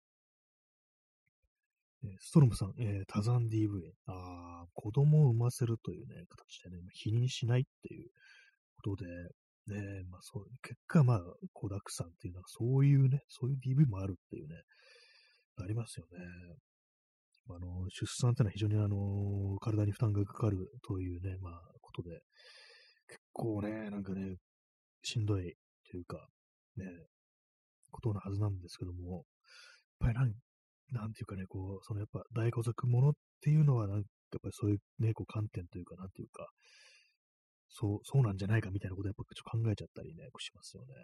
えーストロムさん、えー多山 ディーブイ。ああ、子供を産ませるというね、形でね、否認しないっていうことで、ね、まあそう、結果まあ、子沢山っていうのは、そういうね、そういう ディーブイ もあるっていうね、ありますよね。あの、出産ってのは非常にあの、体に負担がかかるというね、まあ、ことで、結構ね、なんかね、しんどいというか、ね、ことなはずなんですけども、やっぱりなん、なんていうかね、こう、そのやっぱ大家族ものっていうのは、なんかやっぱりそういうね、こう観点というか、なんていうか、そう、そうなんじゃないかみたいなことをやっぱちょっと考えちゃったりね、しますよね。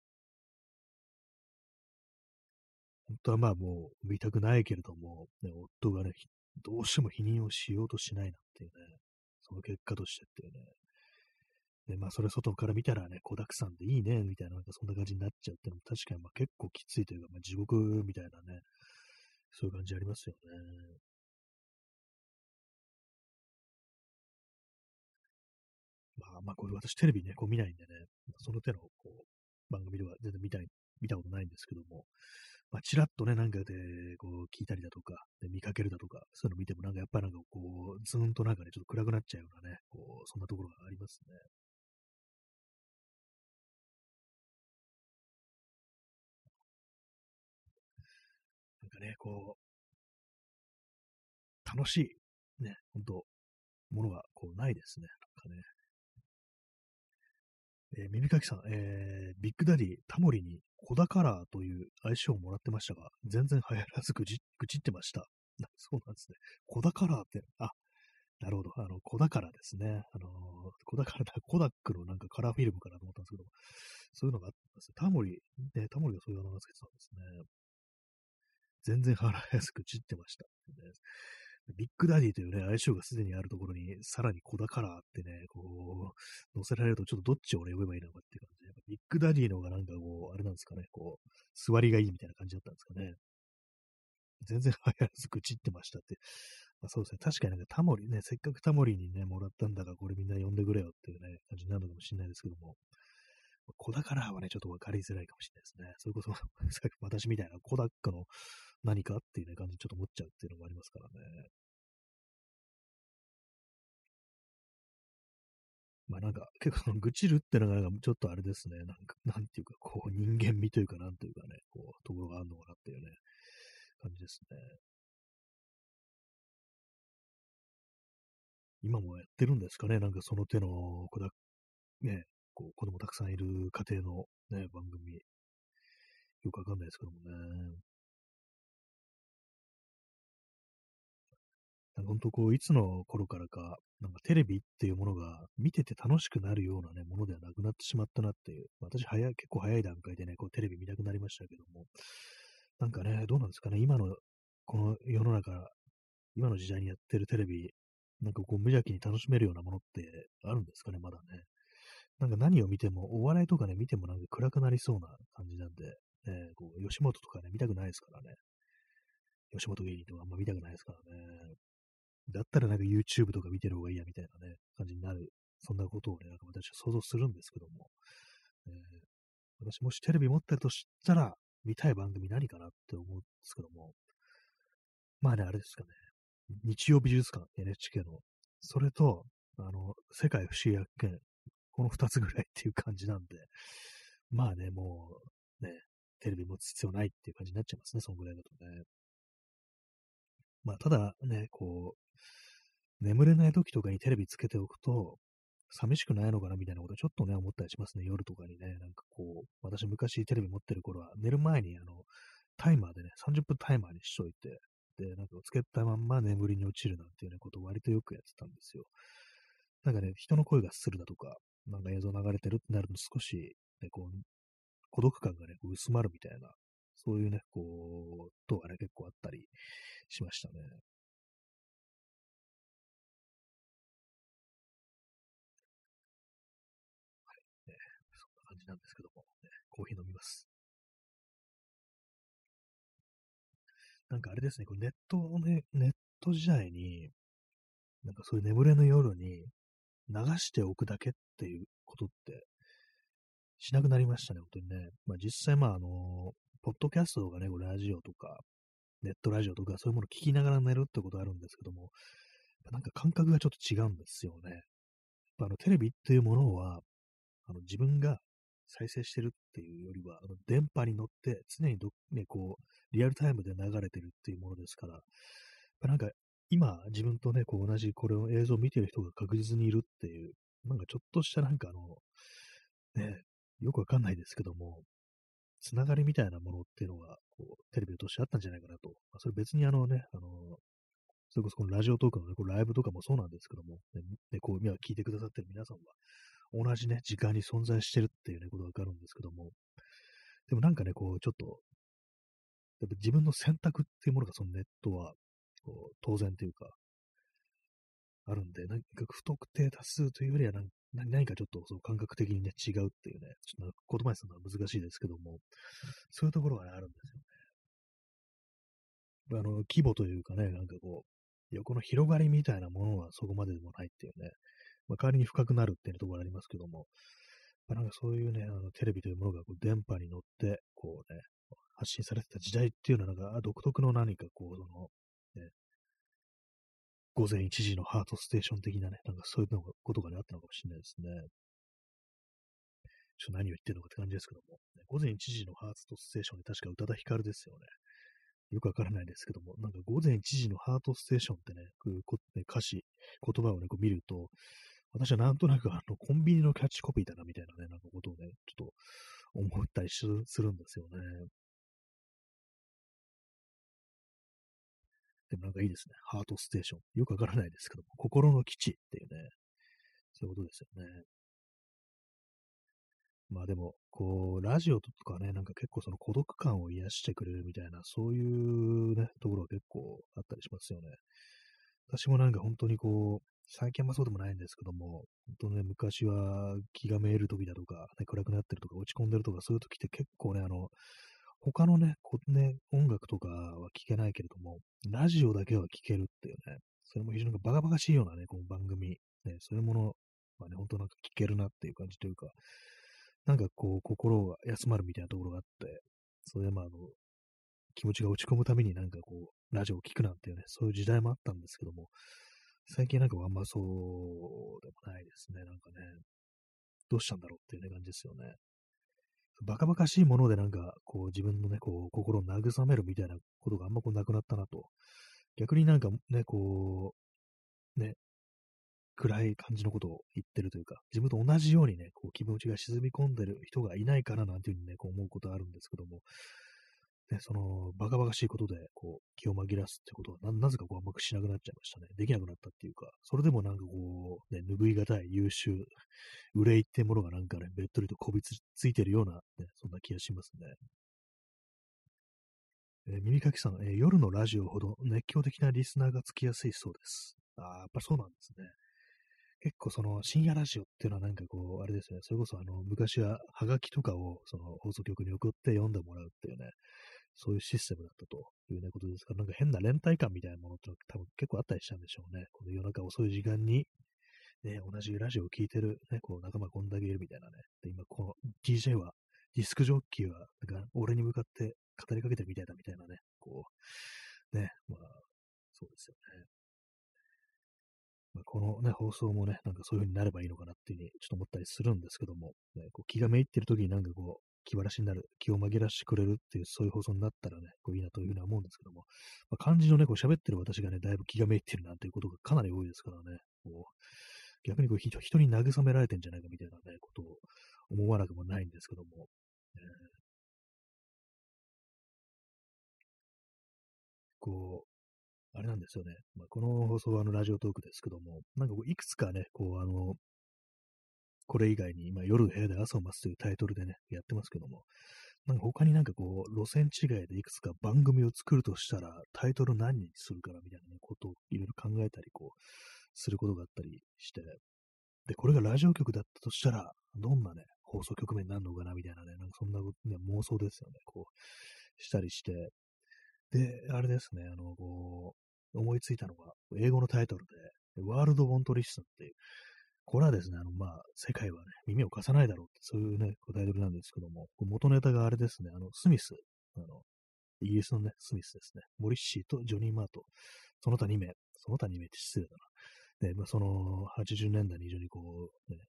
本当はまあもう、見たくないけれども、ね、夫がね、ひどうしても否認をしようとしないなんていうね、その結果としてっていうね。で、まあそれ外から見たらね、子沢山でいいね、みたいな、なんかそんな感じになっちゃうっていうのも確かにまあ結構きついというか、まあ地獄みたいなね、 そういう感じありますよね。まあ、まあ、これ私テレビね、こう見ないんでね、その手のこう番組では全然見たい、見たことないんですけども、まあ、ちらっとね、なんかでこう聞いたりだとか、で見かけるだとか、そういうの見てもなんかやっぱりなんかこう、ずーんとなんかね、ちょっと暗くなっちゃうようなね、こう、そんなところがありますね。なんかね、こう、楽しい、ね、本当ものがこうないですね。なんかね、えー耳かきさん、えービッグダディ、タモリにコダカラーという愛称をもらってましたが、全然流行らず愚痴、愚痴ってました。なそうなんですね。コダカラーって、あ、なるほど。あの、コダカラーですね。あのー、コダカラー、コダックのなんかカラーフィルムかなと思ったんですけど、そういうのがあったんですね。タモリ、ね、タモリがそういうあだ名つけてたんですね。全然払いやすく散ってました。ね、ビッグダディというね、相性がすでにあるところに、さらにコダカラーってね、こう、載せられると、ちょっとどっちを俺呼べばいいのかっていう感じで、やっぱビッグダディの方がなんかこう、あれなんですかね、こう、座りがいいみたいな感じだったんですかね。全然流行らず愚痴ってましたって。まあ、そうですね。確かになんかタモリね、せっかくタモリにね、もらったんだから、これみんな呼んでくれよっていうね、感じになるのかもしれないですけども、コダカラーはね、ちょっとわかりづらいかもしれないですね。それこそさっき私みたいなコダックの何かっていうね、感じでちょっと思っちゃうっていうのもありますからね。まあなんか、結構その愚痴るってのがなんかちょっとあれですね。なんか、なんていうか、こう人間味というか、なんというかね、こう、ところがあるのかなっていうね、感じですね。今もやってるんですかね。なんかその手の子だ、ね、こう子供たくさんいる家庭のね、番組、よくわかんないですけどもね。なんか本当こう、いつの頃からか、なんかテレビっていうものが見てて楽しくなるようなね、ものではなくなってしまったなっていう、私早い、結構早い段階でね、こうテレビ見なくなりましたけども、なんかね、どうなんですかね、今の、この世の中、今の時代にやってるテレビ、なんかこう無邪気に楽しめるようなものってあるんですかね、まだね。なんか何を見ても、お笑いとかね、見てもなんか暗くなりそうな感じなんで、ね、こう吉本とかね、見たくないですからね。吉本芸人とかあんま見たくないですからね。だったらなんか YouTube とか見てる方がいいやみたいなね、感じになる。そんなことをね、なんか私は想像するんですけども、えー私もしテレビ持ってるとしたら、見たい番組何かなって思うんですけども、まあね、あれですかね。日曜美術館、エヌエイチケー の。それと、あの、世界不思議発見。この二つぐらいっていう感じなんで、まあね、もう、ね、テレビ持つ必要ないっていう感じになっちゃいますね、そのぐらいだとね。まあ、ただね、こう、眠れない時とかにテレビつけておくと、寂しくないのかなみたいなことちょっとね、思ったりしますね、夜とかにね。なんかこう、私昔テレビ持ってる頃は、寝る前にあの、タイマーでね、さんじゅっぷんタイマーにしといて、で、なんかつけたまんま眠りに落ちるなんていうね、ことを割とよくやってたんですよ。なんかね、人の声がするだとか、なんか映像流れてるってなると少し、ね、こう、孤独感がね、こう薄まるみたいな、そういうね、こう、とがね、結構あったりしましたね。ね、そんな感じなんですけども、ね、コーヒー飲みます。なんかあれですね、こうネットをね、ネット時代に、なんかそういう眠れぬ夜に流しておくだけっていうことってしなくなりましたね、本当にね。まあ実際まああの、ポッドキャストとかね、こうラジオとか、ネットラジオとかそういうものを聞きながら寝るってことあるんですけども、なんか感覚がちょっと違うんですよね。あのテレビっていうものは、あの自分が再生してるっていうよりは、あの電波に乗って常にど、ね、こう、リアルタイムで流れてるっていうものですから、なんか今自分とね、こう同じこれを映像を見てる人が確実にいるっていう、なんかちょっとしたなんかあの、ね、よくわかんないですけども、つながりみたいなものっていうのが、こう、テレビを通してあったんじゃないかなと。まあ、それ別にあのね、あの、それこそこのラジオトークのね、こうライブとかもそうなんですけども、ね、ねこう今聞いてくださってる皆さんは、同じね、時間に存在してるっていうね、ことがわかるんですけども、でもなんかね、こう、ちょっと、やっぱ自分の選択っていうものがそのネットは、こう、当然というか、あるんで、なんか不特定多数というよりは何、何何かちょっとそう感覚的にね、違うっていうね、ちょっと言葉にするのは難しいですけども、そういうところがね、あるんですよ。 あの、規模というかね、なんかこう、横の広がりみたいなものはそこまででもないっていうね、まあ、代わりに深くなるっていうところがありますけども、まあ、なんかそういうね、あの、テレビというものがこう電波に乗って、こうね、発信されてた時代っていうのはなんか、あ独特の何かこう、その、ね、午前いちじのハートステーション的なね、なんかそういうのがことがね、あったのかもしれないですね。ちょっと何を言ってるのかって感じですけども、ね、午前いちじのハートステーションに確か宇多田ヒカルですよね。よくわからないですけども、なんか午前いちじのハートステーションってね、こういうこね歌詞、言葉をね、こう見ると、私はなんとなくあの、コンビニのキャッチコピーだなみたいなね、なんかことをね、ちょっと思ったりするするんですよね。でもなんかいいですね。ハートステーション。よくわからないですけども、心の基地っていうね、そういうことですよね。まあでも、こう、ラジオとかね、なんか結構その孤独感を癒してくれるみたいな、そういうね、ところが結構あったりしますよね。私もなんか本当にこう、最近はまあそうでもないんですけども、本当ね、昔は気がめいる時だとか、ね、暗くなってるとか、落ち込んでるとか、そういう時って結構ね、あの、他のね、こね、音楽とかは聴けないけれども、ラジオだけは聴けるっていうね、それも非常にバカバカしいようなね、この番組、ね、そういうものはね、本当なんか聴けるなっていう感じというか、なんかこう、心が休まるみたいなところがあって、それでまあ、あの、気持ちが落ち込むためになんかこう、ラジオを聴くなんていうね、そういう時代もあったんですけども、最近なんかあんまそうでもないですね。なんかね、どうしたんだろうっていうね、感じですよね。バカバカしいものでなんか、こう自分のね、こう、心を慰めるみたいなことがあんまこうなくなったなと。逆になんかね、こう、ね、暗い感じのことを言ってるというか、自分と同じようにね、こう気持ちが沈み込んでる人がいないかななんていうふうにね、こう思うことあるんですけども、ね、その、バカバカしいことで、こう、気を紛らわすってことは、な、なぜかこう、あんましなくなっちゃいましたね。できなくなったっていうか、それでもなんかこう、ね、拭いがたい優秀、憂いってものがなんかね、べっとりとこびつついてるような、ね、そんな気がしますね。えー耳かきさん、えー夜のラジオほど熱狂的なリスナーがつきやすいそうです。ああ、やっぱそうなんですね。結構その深夜ラジオっていうのはなんかこう、あれですね、それこそあの、昔はハガキとかをその放送局に送って読んでもらうっていうね、そういうシステムだったというね、ことですから、なんか変な連帯感みたいなものってのが多分結構あったりしたんでしょうね。この夜中遅い時間に、ね、同じラジオを聴いてる、ね、こう仲間こんだけいるみたいなね。で、今この ディージェー は、ディスクジョッキーは、なんか俺に向かって語りかけてるみたいだみたいなね、こう、ね、まあ、そうですよね。まあ、このね、放送もね、なんかそういう風になればいいのかなっていうふうにちょっと思ったりするんですけども、ね、こう気がめいってる時になんかこう、気晴らしになる、気を紛らわしてくれるっていう、そういう放送になったらね、こういいなというふうには思うんですけども、まあ、漢字のね、こう喋ってる私がね、だいぶ気がめいってるなんていうことがかなり多いですからね、こう逆にこう人人に慰められてんじゃないかみたいなね、ことを思わなくもないんですけども、えーこう、あれなんですよね。まあ、この放送はあのラジオトークですけども、なんかこういくつかね、こうあの、これ以外に今夜の部屋で朝を待つというタイトルでね、やってますけども、なんか他になんかこう、路線違いでいくつか番組を作るとしたら、タイトル何にするからみたいなね、ことをいろいろ考えたり、こう、することがあったりして、で、これがラジオ局だったとしたら、どんなね、放送局名になるのかなみたいなね、なんかそんな、ね、妄想ですよね、こう、したりして、で、あれですね、あの、こう、思いついたのが、英語のタイトルで、ワールド・ウォント・リッスンっていう、これはですね、あの、まあ、世界はね、耳を貸さないだろうって、そういうね、タイトルなんですけども、元ネタがあれですね、あの、スミス、あの、イギリスのね、スミスですね、モリッシーとジョニー・マート、その他に名、その他に名って失礼だな。で、まあ、その、はちじゅうねんだいに非常にこう、ね、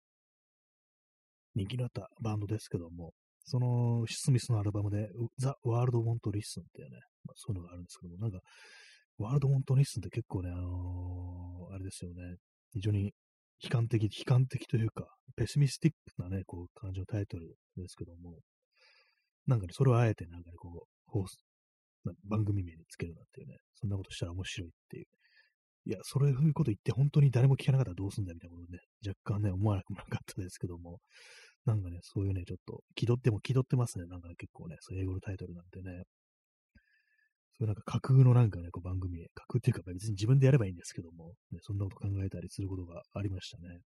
人気のあったバンドですけども、そのスミスのアルバムで、ザ・ワールド・ウォント・リッスンっていうね、まあ、そういうのがあるんですけども、なんか、ワールド・ウォント・リッスンって結構ね、あのーあれですよね、非常に悲観的、悲観的というか、ペシミスティックなね、こう、感じのタイトルですけども、なんかね、それをあえてなんかね、こう、放送番組名につけるなんていうね、そんなことしたら面白いっていう。いや、そういうこと言って本当に誰も聞かなかったらどうすんだよみたいなことをね、若干ね、思わなくもなかったですけども、なんかね、そういうね、ちょっと、気取っても気取ってますね。なんかね、結構ね、そういう英語のタイトルなんてね。そういうなんか架空のなんかね、こう番組、架空っていうか別に自分でやればいいんですけども、ね、そんなこと考えたりすることがありましたね。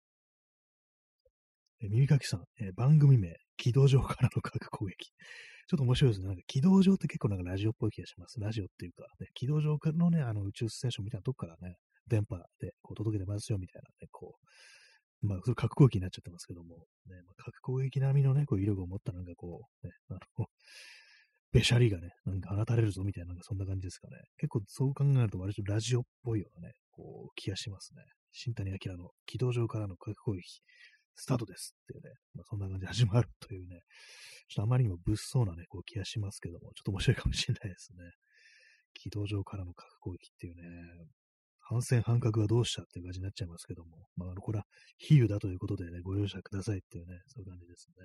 え耳かきさん、えー番組名、軌道上からの核攻撃。 ちょっと面白いですね。なんか軌道上って結構なんかラジオっぽい気がします。ラジオっていうか、ね、軌道上のね、あの宇宙ステーションみたいなとこからね、電波でこう届けてますよみたいなね、こう、まあ、それ核攻撃になっちゃってますけども、ね、まあ、核攻撃並みのね、こう威力を持ったなんかこう、ね、あの、べしゃりがね、なんか放たれるぞみたいな、なんかそんな感じですかね。結構そう考えると割とラジオっぽいようなね、こう気がしますね。新谷明の軌道上からの核攻撃、スタートですっていうね、まあ、そんな感じで始まるというね、ちょっとあまりにも物騒なね、こう気がしますけども、ちょっと面白いかもしれないですね。軌道上からの核攻撃っていうね、反戦反核はどうしたっていう感じになっちゃいますけども、まあ、あの、これは比喩だということでね、ご容赦くださいっていうね、そういう感じですね。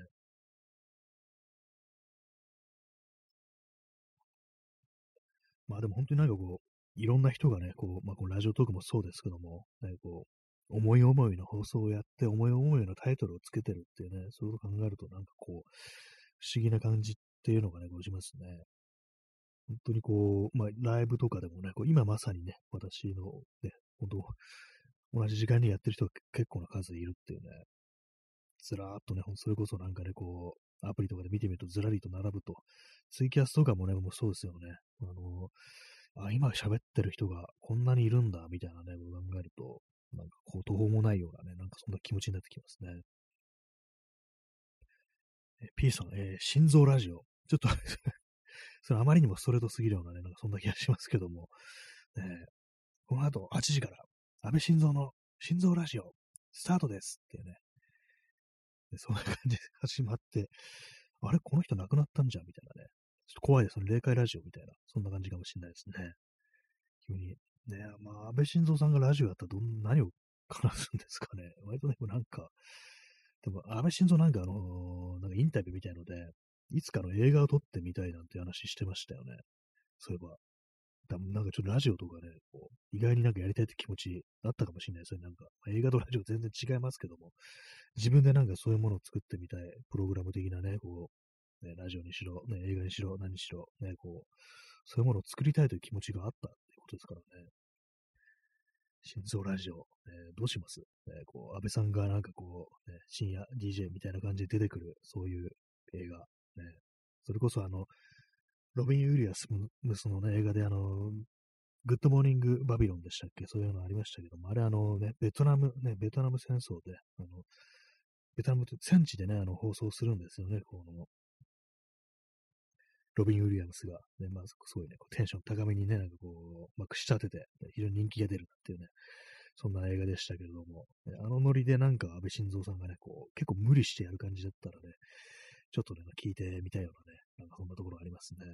まあでも本当になんかこう、いろんな人がね、こう、まあこのラジオトークもそうですけども、ね、こう、思い思いの放送をやって、思い思いのタイトルをつけてるっていうね、そういうことを考えると、なんかこう、不思議な感じっていうのがね、こうしますね。本当にこう、まあ、ライブとかでもね、こう今まさにね、私のね、本当、同じ時間にやってる人が結構な数いるっていうね、ずらーっとね、ほんそれこそなんかね、こう、アプリとかで見てみるとずらりと並ぶと、ツイキャスとかもね、もうそうですよね。あの、あ、今喋ってる人がこんなにいるんだ、みたいなね、ことを考えると、なんかこう、途方もないようなね、なんかそんな気持ちになってきますね。え P さん、えー心臓ラジオ。ちょっとそれあまりにもストレートすぎるようなね、なんかそんな気がしますけども、ね、この後はちじから、安倍晋三の心臓ラジオ、スタートですっていうね、でそんな感じで始まって、あれ、この人亡くなったんじゃんみたいなね。ちょっと怖いです。その霊界ラジオみたいな、そんな感じかもしれないですね。急に。ね、まあ、安倍晋三さんがラジオやったらどん、何を話すんですかね。割とでもなんか、でも安倍晋三なんかあのーなんかインタビューみたいので、いつかの映画を撮ってみたいなんて話してましたよね。そういえば。だなんかちょっとラジオとかね、こう、意外になんかやりたいって気持ちあったかもしれないですね。なんか、まあ映画とラジオ全然違いますけども、自分でなんかそういうものを作ってみたい、プログラム的なね、こう、ね、ラジオにしろ、ね、映画にしろ、何にしろ、ね、こう、そういうものを作りたいという気持ちがあったっていうことですからね。心臓ラジオ、えーどうします、ね、こう、安倍さんがなんかこう、ね、深夜 ディージェー みたいな感じで出てくる、そういう映画、ね、それこそあの、ロビン・ウィリアスムスのね、映画であの、グッドモーニング・バビロンでしたっけ、そういうのありましたけども、あれあのね、ベトナム、ね、ベトナム戦争で、あの、ベトナムって戦地でね、あの、放送するんですよね、この、ロビン・ウィリアムスが、ね、まあ、すごいね、こうテンション高めにね、なんかこう、まあ、串立てて、非常に人気が出るっていうね、そんな映画でしたけれども、ねあのノリでなんか安倍晋三さんがね、こう、結構無理してやる感じだったらね、ちょっとね、聞いてみたいようなね、なんかそんなところありますね。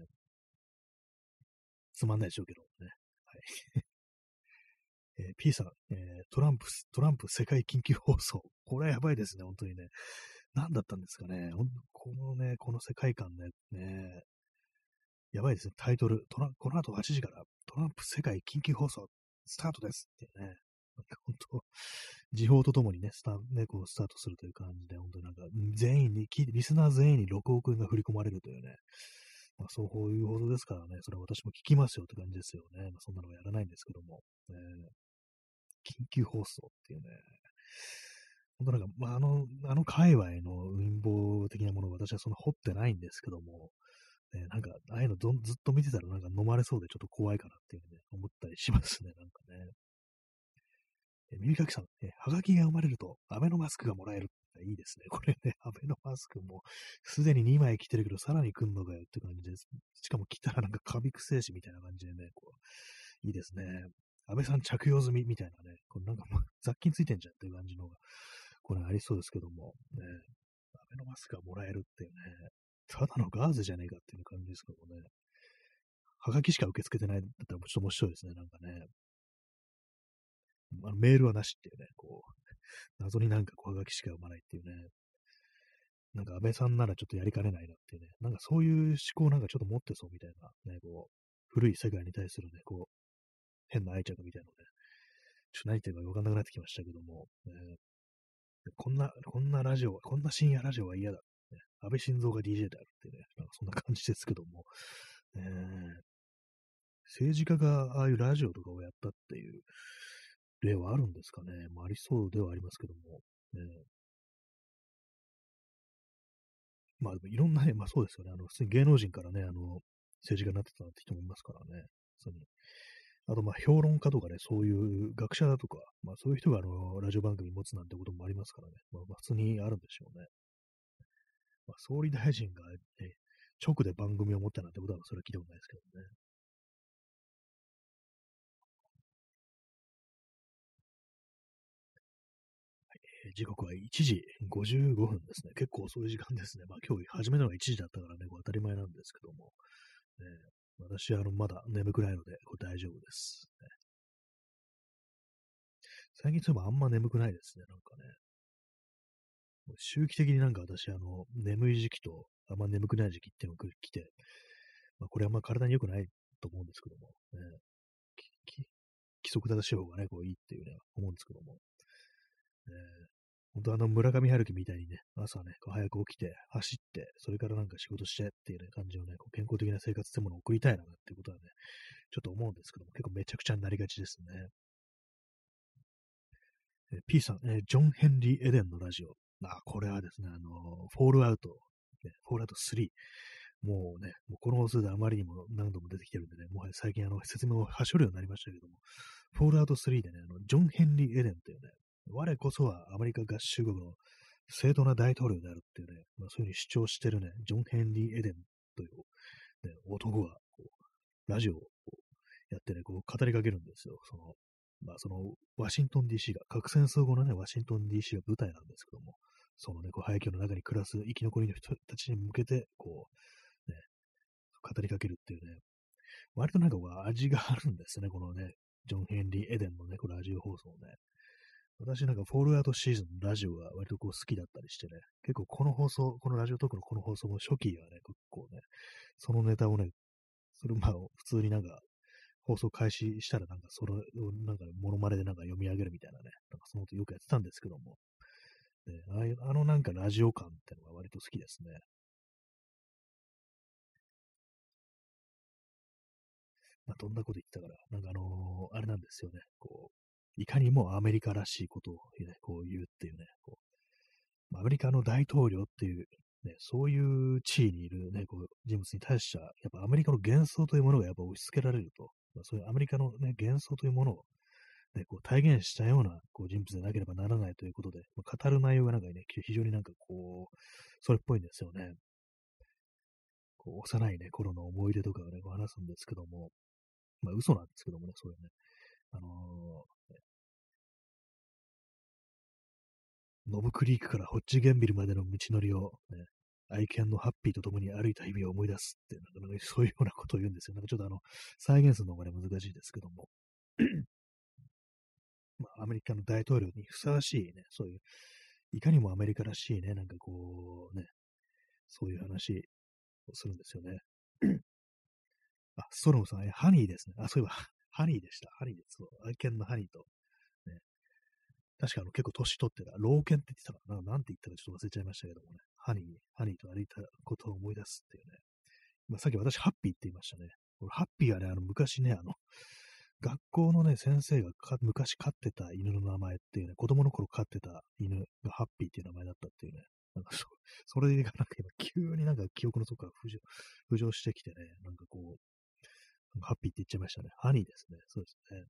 つまんないでしょうけどね。はい。えー P さん、えートランプ、トランプ世界緊急放送。これはやばいですね、本当にね。何だったんですかね。ほんこのね、この世界観ね、ね、やばいですね。タイトル、トラこの後はちじからトランプ世界緊急放送スタートですっていうね。なんか本当、時報とともにね、スタね、こうスタートするという感じで、本当になんか、全員に、きリスナー全員にろくおくえんが振り込まれるというね、まあ、そういう報道ですからね、それは私も聞きますよって感じですよね。まあ、そんなのはやらないんですけども、ね、緊急放送っていうね、本当なんか、まあ、あの、あの界隈の陰謀的なものを私はそんな掘ってないんですけども、ね、なんか、ああいうのどんずっと見てたらなんか飲まれそうでちょっと怖いかなっていうね、思ったりしますね、なんかね。え耳かきさん、えはがきが生まれると、アベノマスクがもらえる。いいですね。これね、アベノマスクも、すでににまい来てるけど、さらに来んのかよって感じです。しかも来たらなんかカビくせえしみたいな感じでね、こう、いいですね。安倍さん着用済みみたいなね、これなんかもう雑菌ついてんじゃんっていう感じのが、これありそうですけども、ね、アベノマスクがもらえるっていうね、ただのガーゼじゃねえかっていう感じですけどもね、はがきしか受け付けてないんだったらちょっと面白いですね、なんかね。あのメールはなしっていうね、こう、謎になんか小はがきしか読まないっていうね、なんか安倍さんならちょっとやりかねないなっていうね、なんかそういう思考なんかちょっと持ってそうみたいな、ね、こう、古い世界に対するね、こう、変な愛着みたいなので、ちょっと何言ってるかわかんなくなってきましたけども、ね、こんな、こんなラジオ、こんな深夜ラジオは嫌だ。ね、安倍晋三が ディージェー であるっていうね、なんかそんな感じですけども、ね、政治家がああいうラジオとかをやったっていう例はあるんですかね。まあ、ありそうではありますけども、ね、 まあでもいろんなね、まあそうですよね。あの、普通に芸能人からね、あの、政治家になってたって人もいますからね。普通に。あとまあ評論家とかね、そういう学者だとか、まあそういう人があの、ラジオ番組持つなんてこともありますからね。まあ、まあ普通にあるんでしょうね。まあ、総理大臣が、ね、直で番組を持ったなんてことはそれは聞いたことないですけどね。えー時刻はいちじごじゅうごふんですね。結構遅い時間ですね。まあ今日始めたのがいちじだったからね、こう当たり前なんですけども。ね、私はあのまだ眠くないので、これ大丈夫です。ね、最近そういえばあんま眠くないですね、なんかね。もう周期的になんか私、あの、眠い時期とあんま眠くない時期っていうのが来て、まあこれあんま体に良くないと思うんですけども、ね、きき規則正しい方がね、こういいっていうね、思うんですけども。ね、本当あの村上春樹みたいにね、朝ね、こう早く起きて、走って、それからなんか仕事してっていうね、感じのね、こう健康的な生活ってものを送りたいなっていうことはね、ちょっと思うんですけども、結構めちゃくちゃになりがちですね。えー P さん、えージョン・ヘンリー・エデンのラジオ。あ、これはですね、あのフォールアウト、ね、フォールアウトスリー。もうね、もうこの放送であまりにも何度も出てきてるんでね、もはや最近あの説明をはしょるようになりましたけども、フォールアウトスリーでね、あのジョン・ヘンリー・エデンっていうね、我こそはアメリカ合衆国の正当な大統領であるっていうね、まあ、そういうふうに主張してるね、ジョン・ヘンリー・エデンという、ね、男がこうラジオをこうやってね、こう語りかけるんですよ。その、まあ、その、ワシントン ディーシー が、核戦争後のね、ワシントン ディーシー が舞台なんですけども、そのね、こう廃墟の中に暮らす生き残りの人たちに向けて、こう、ね、語りかけるっていうね、割となんかこう味があるんですね、このね、ジョン・ヘンリー・エデンのね、このラジオ放送ね。私なんかフォールアウトシーズンのラジオが割とこう好きだったりしてね、結構この放送、このラジオトークのこの放送も初期はね、結構ね、そのネタをね、それまあ普通になんか放送開始したらなんかそれをなんかモノマネでなんか読み上げるみたいなね、なんかそのことよくやってたんですけども、ね、ああいうあのなんかラジオ感ってのが割と好きですね。まあどんなこと言ってたから、なんかあのーあれなんですよね、こう、いかにもアメリカらしいことを、ね、こう言うっていうね、こうアメリカの大統領っていう、ね、そういう地位にいる、ね、こう人物に対しては、やっぱアメリカの幻想というものがやっぱ押し付けられると、まあ、そういうアメリカの、ね、幻想というものを、ね、こう体現したようなこう人物でなければならないということで、まあ、語る内容がなんかね、非常になんかこう、それっぽいんですよね。こう幼いね、頃の思い出とかをね、こう話すんですけども、まあ嘘なんですけどもね、それね。あのーノブクリークからホッジゲンビルまでの道のりを、ね、愛犬のハッピーと共に歩いた日々を思い出すって、なんかなんかそういうようなことを言うんですよ。なんかちょっとあの、再現するのがね、難しいですけども、まあ、アメリカの大統領にふさわしいね、そういう、いかにもアメリカらしいね、なんかこう、ね、そういう話をするんですよね。あ、ストロムさん、えハニーですね。あ、そういえば、ハニーでした。ハニーです。そう愛犬のハニーと、ね、確かあの結構年取ってた、老犬って言ってたかな、なんて言ったかちょっと忘れちゃいましたけどもね、ハニー、ハニーと歩いたことを思い出すっていうね。まあ、さっき私、ハッピーって言いましたね。俺ハッピーはね、あの、昔ね、あの、学校のね、先生がか昔飼ってた犬の名前っていうね、子供の頃飼ってた犬がハッピーっていう名前だったっていうね、なんかそ、それがなんか今、急になんか記憶の底から浮上浮上してきてね、なんかこう、ハッピーって言っちゃいましたね。ハニーですね。そうですね。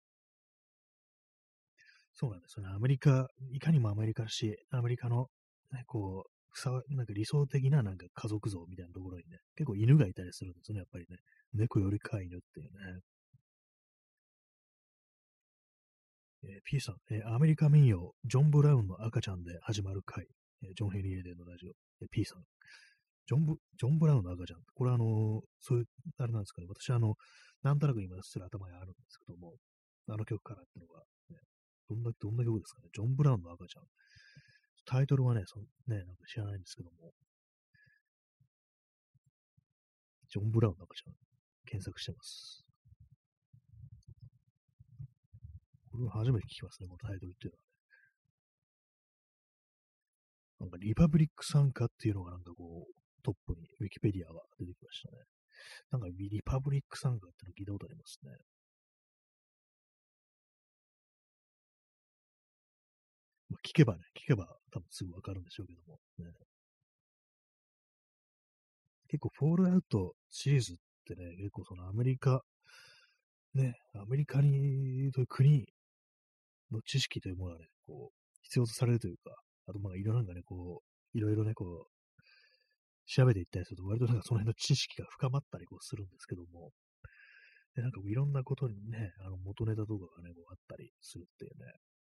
そうなんですよね。アメリカ、いかにもアメリカらしい、アメリカの、ね、こう、ふさわなんか理想的ななんか家族像みたいなところにね、結構犬がいたりするんですね、やっぱりね。猫よりか犬っていうね。えー P さん、えーアメリカ民謡、ジョン・ブラウンの赤ちゃんで始まる回、えージョン・ヘリー・エデンのラジオ、えー P さん、ジョンブ、ジョン・ブラウンの赤ちゃん、これはあのーそういう、あれなんですかね、私はあの、なんとなく今すら頭にあるんですけども、あの曲からっていうのが、ね、どんな、どんな曲ですかね、ジョン・ブラウンの赤ちゃん。タイトルはね、そのね、なんか知らないんですけども、ジョン・ブラウンの赤ちゃん、検索してます。これは初めて聞きますね、このタイトルっていうのは。なんかリパブリック参加っていうのがなんかこう、トップにウィキペディアが出てきましたね。なんかリパブリック参加っての聞いたことありますね。まあ、聞けばね、聞けば多分すぐわかるんでしょうけども、ね。 結構フォールアウトシリーズってね、結構そのアメリカ、ね、アメリカに、という国の知識というものはね、こう、必要とされるというか、あとまあいろいろなんかね、こう、いろいろね、こう、調べていったりすると、割となんかその辺の知識が深まったりこうするんですけども、で、なんかいろんなことにね、あの元ネタとかがね、こうあったりするっていうね、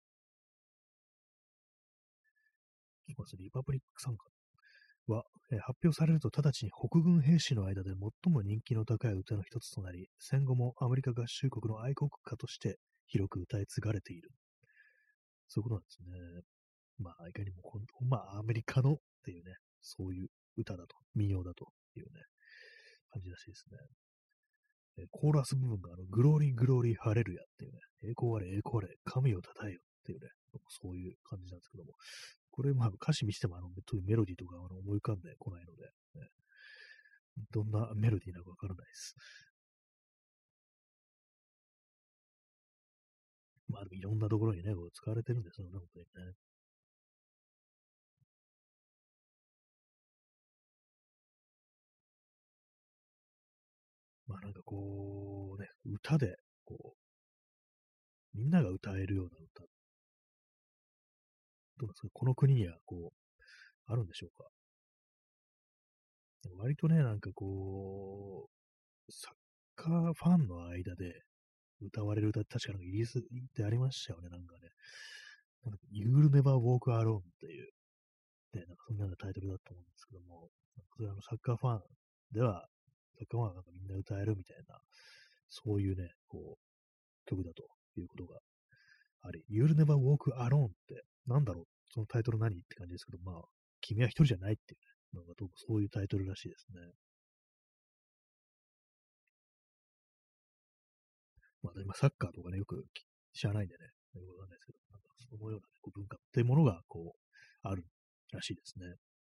まずリパブリック参加は、えー発表されると直ちに北軍兵士の間で最も人気の高い歌の一つとなり、戦後もアメリカ合衆国の愛国歌として広く歌い継がれている。そういうことなんですね。まあ、いかにもほん、まあ、アメリカのっていうね、そういう歌だと、民謡だというね、感じらしいですね。えーコーラス部分があの、グローリーグローリーハレルヤっていうね、栄光あれ栄光あれ、神を称えよっていうね、そういう感じなんですけども、これ、まあ、歌詞見せても、あの、特にメロディーとかあの思い浮かんでこないので、ね、どんなメロディーなのかわからないです。まあ、でもいろんなところにね、こう使われてるんですよね、本当にね。まあ、なんかこう、ね、歌で、こう、みんなが歌えるような歌、どうですか、この国には、こう、あるんでしょうか。割とね、なんかこう、サッカーファンの間で歌われる歌って確かなんかイギリスってありましたよね、なんかね。なんか You'll Never Walk Alone っていう、ね、なんかそんなようなタイトルだと思うんですけども、それあのサッカーファンでは、サッカーファンはなんかみんな歌えるみたいな、そういうね、こう、曲だということがあり、You'll Never Walk Alone って、なんだろう、そのタイトル何って感じですけど、まあ、君は一人じゃないっていうね、なんかどうもそういうタイトルらしいですね。まあ、今サッカーとかね、よく知らないんでね、よくわかんないですけど、なんかそのような、ね、こう文化っていうものが、こう、あるらしいですね。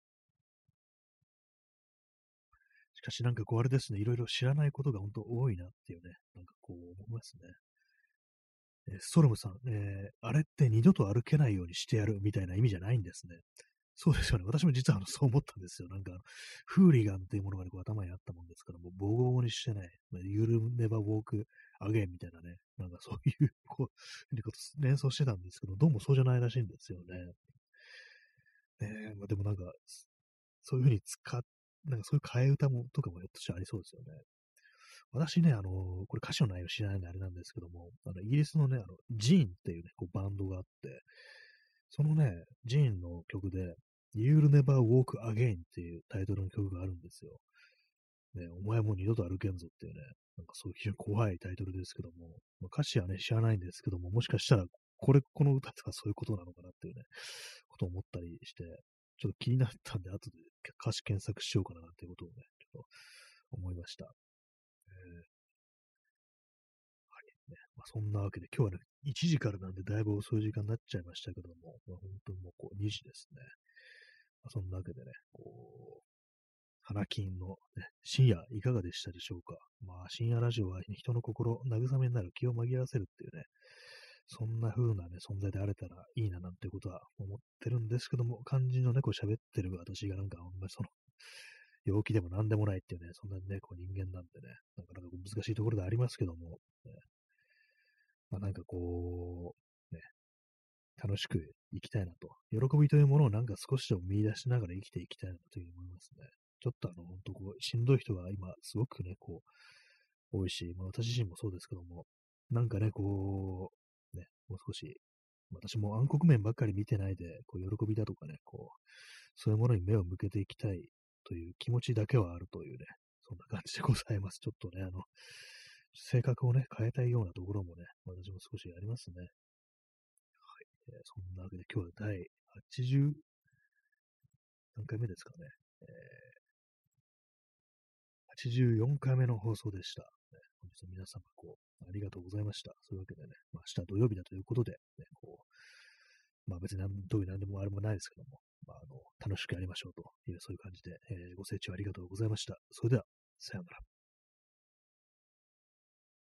しかしなんかこうあれですね、いろいろ知らないことが本当多いなっていうね、なんかこう思いますね。えーストロムさん、えーあれって二度と歩けないようにしてやるみたいな意味じゃないんですね。そうですよね。私も実はあのそう思ったんですよ。なんかあの、フーリガンっていうものが、ね、こう頭にあったもんですから、もうボコボコにしてね、You'll never walk again みたいなね、なんかそういう、こう、ふうにこと連想してたんですけど、どうもそうじゃないらしいんですよね。ねえ、まあ、でもなんか、そういうふうに使っ、なんかそういう替え歌もとかもひょっとしたらありそうですよね。私ね、あの、これ歌詞の内容知らないんであれなんですけども、あの、イギリスのね、あの、ジーンっていうね、こうバンドがあって、そのね、ジーンの曲で、You'll Never Walk Again っていうタイトルの曲があるんですよ。ね、お前もう二度と歩けんぞっていうね、なんかそういう非常に怖いタイトルですけども、まあ、歌詞はね、知らないんですけども、もしかしたら、これ、この歌とかそういうことなのかなっていうね、ことを思ったりして、ちょっと気になったんで、後で歌詞検索しようかなっていうことをね、ちょっと思いました。えーね、まあ、そんなわけで、今日はね、いちじからなんでだいぶ遅い時間になっちゃいましたけども、まあ、本当にもうこうにじですね。まあ、そんなわけでね、こう、花金の、ね、深夜いかがでしたでしょうか。まあ、深夜ラジオは人の心、慰めになる気を紛らわせるっていうね、そんな風なね、存在であれたらいいななんてことは思ってるんですけども、肝心のね、こう喋ってる私がなんかあんまりその、陽気でも何でもないっていうね、そんなね、こう人間なんでね、なかなか難しいところでありますけども、ね、まあなんかこう、ね、楽しく生きたいなと。喜びというものをなんか少しでも見出しながら生きていきたいなというふうに思いますね。ちょっとあの、本当こう、しんどい人が今すごくね、こう、多いし、まあ私自身もそうですけども、なんかね、こう、ね、もう少し、私も暗黒面ばっかり見てないで、こう、喜びだとかね、こう、そういうものに目を向けていきたいという気持ちだけはあるというね、そんな感じでございます。ちょっとね、あの、性格をね、変えたいようなところもね、私も少しありますね。えーそんなわけで今日はだいはちじゅう何回目ですかね。えーはちじゅうよんかいめの放送でした。ね、本日皆様、こう、ありがとうございました。そういうわけでね、まあ、明日土曜日だということで、ね、こう、まあ別に何どういう何でもあれもないですけども、まあ、あの、楽しくやりましょうという、そういう感じで、えーご清聴ありがとうございました。それでは、さようなら。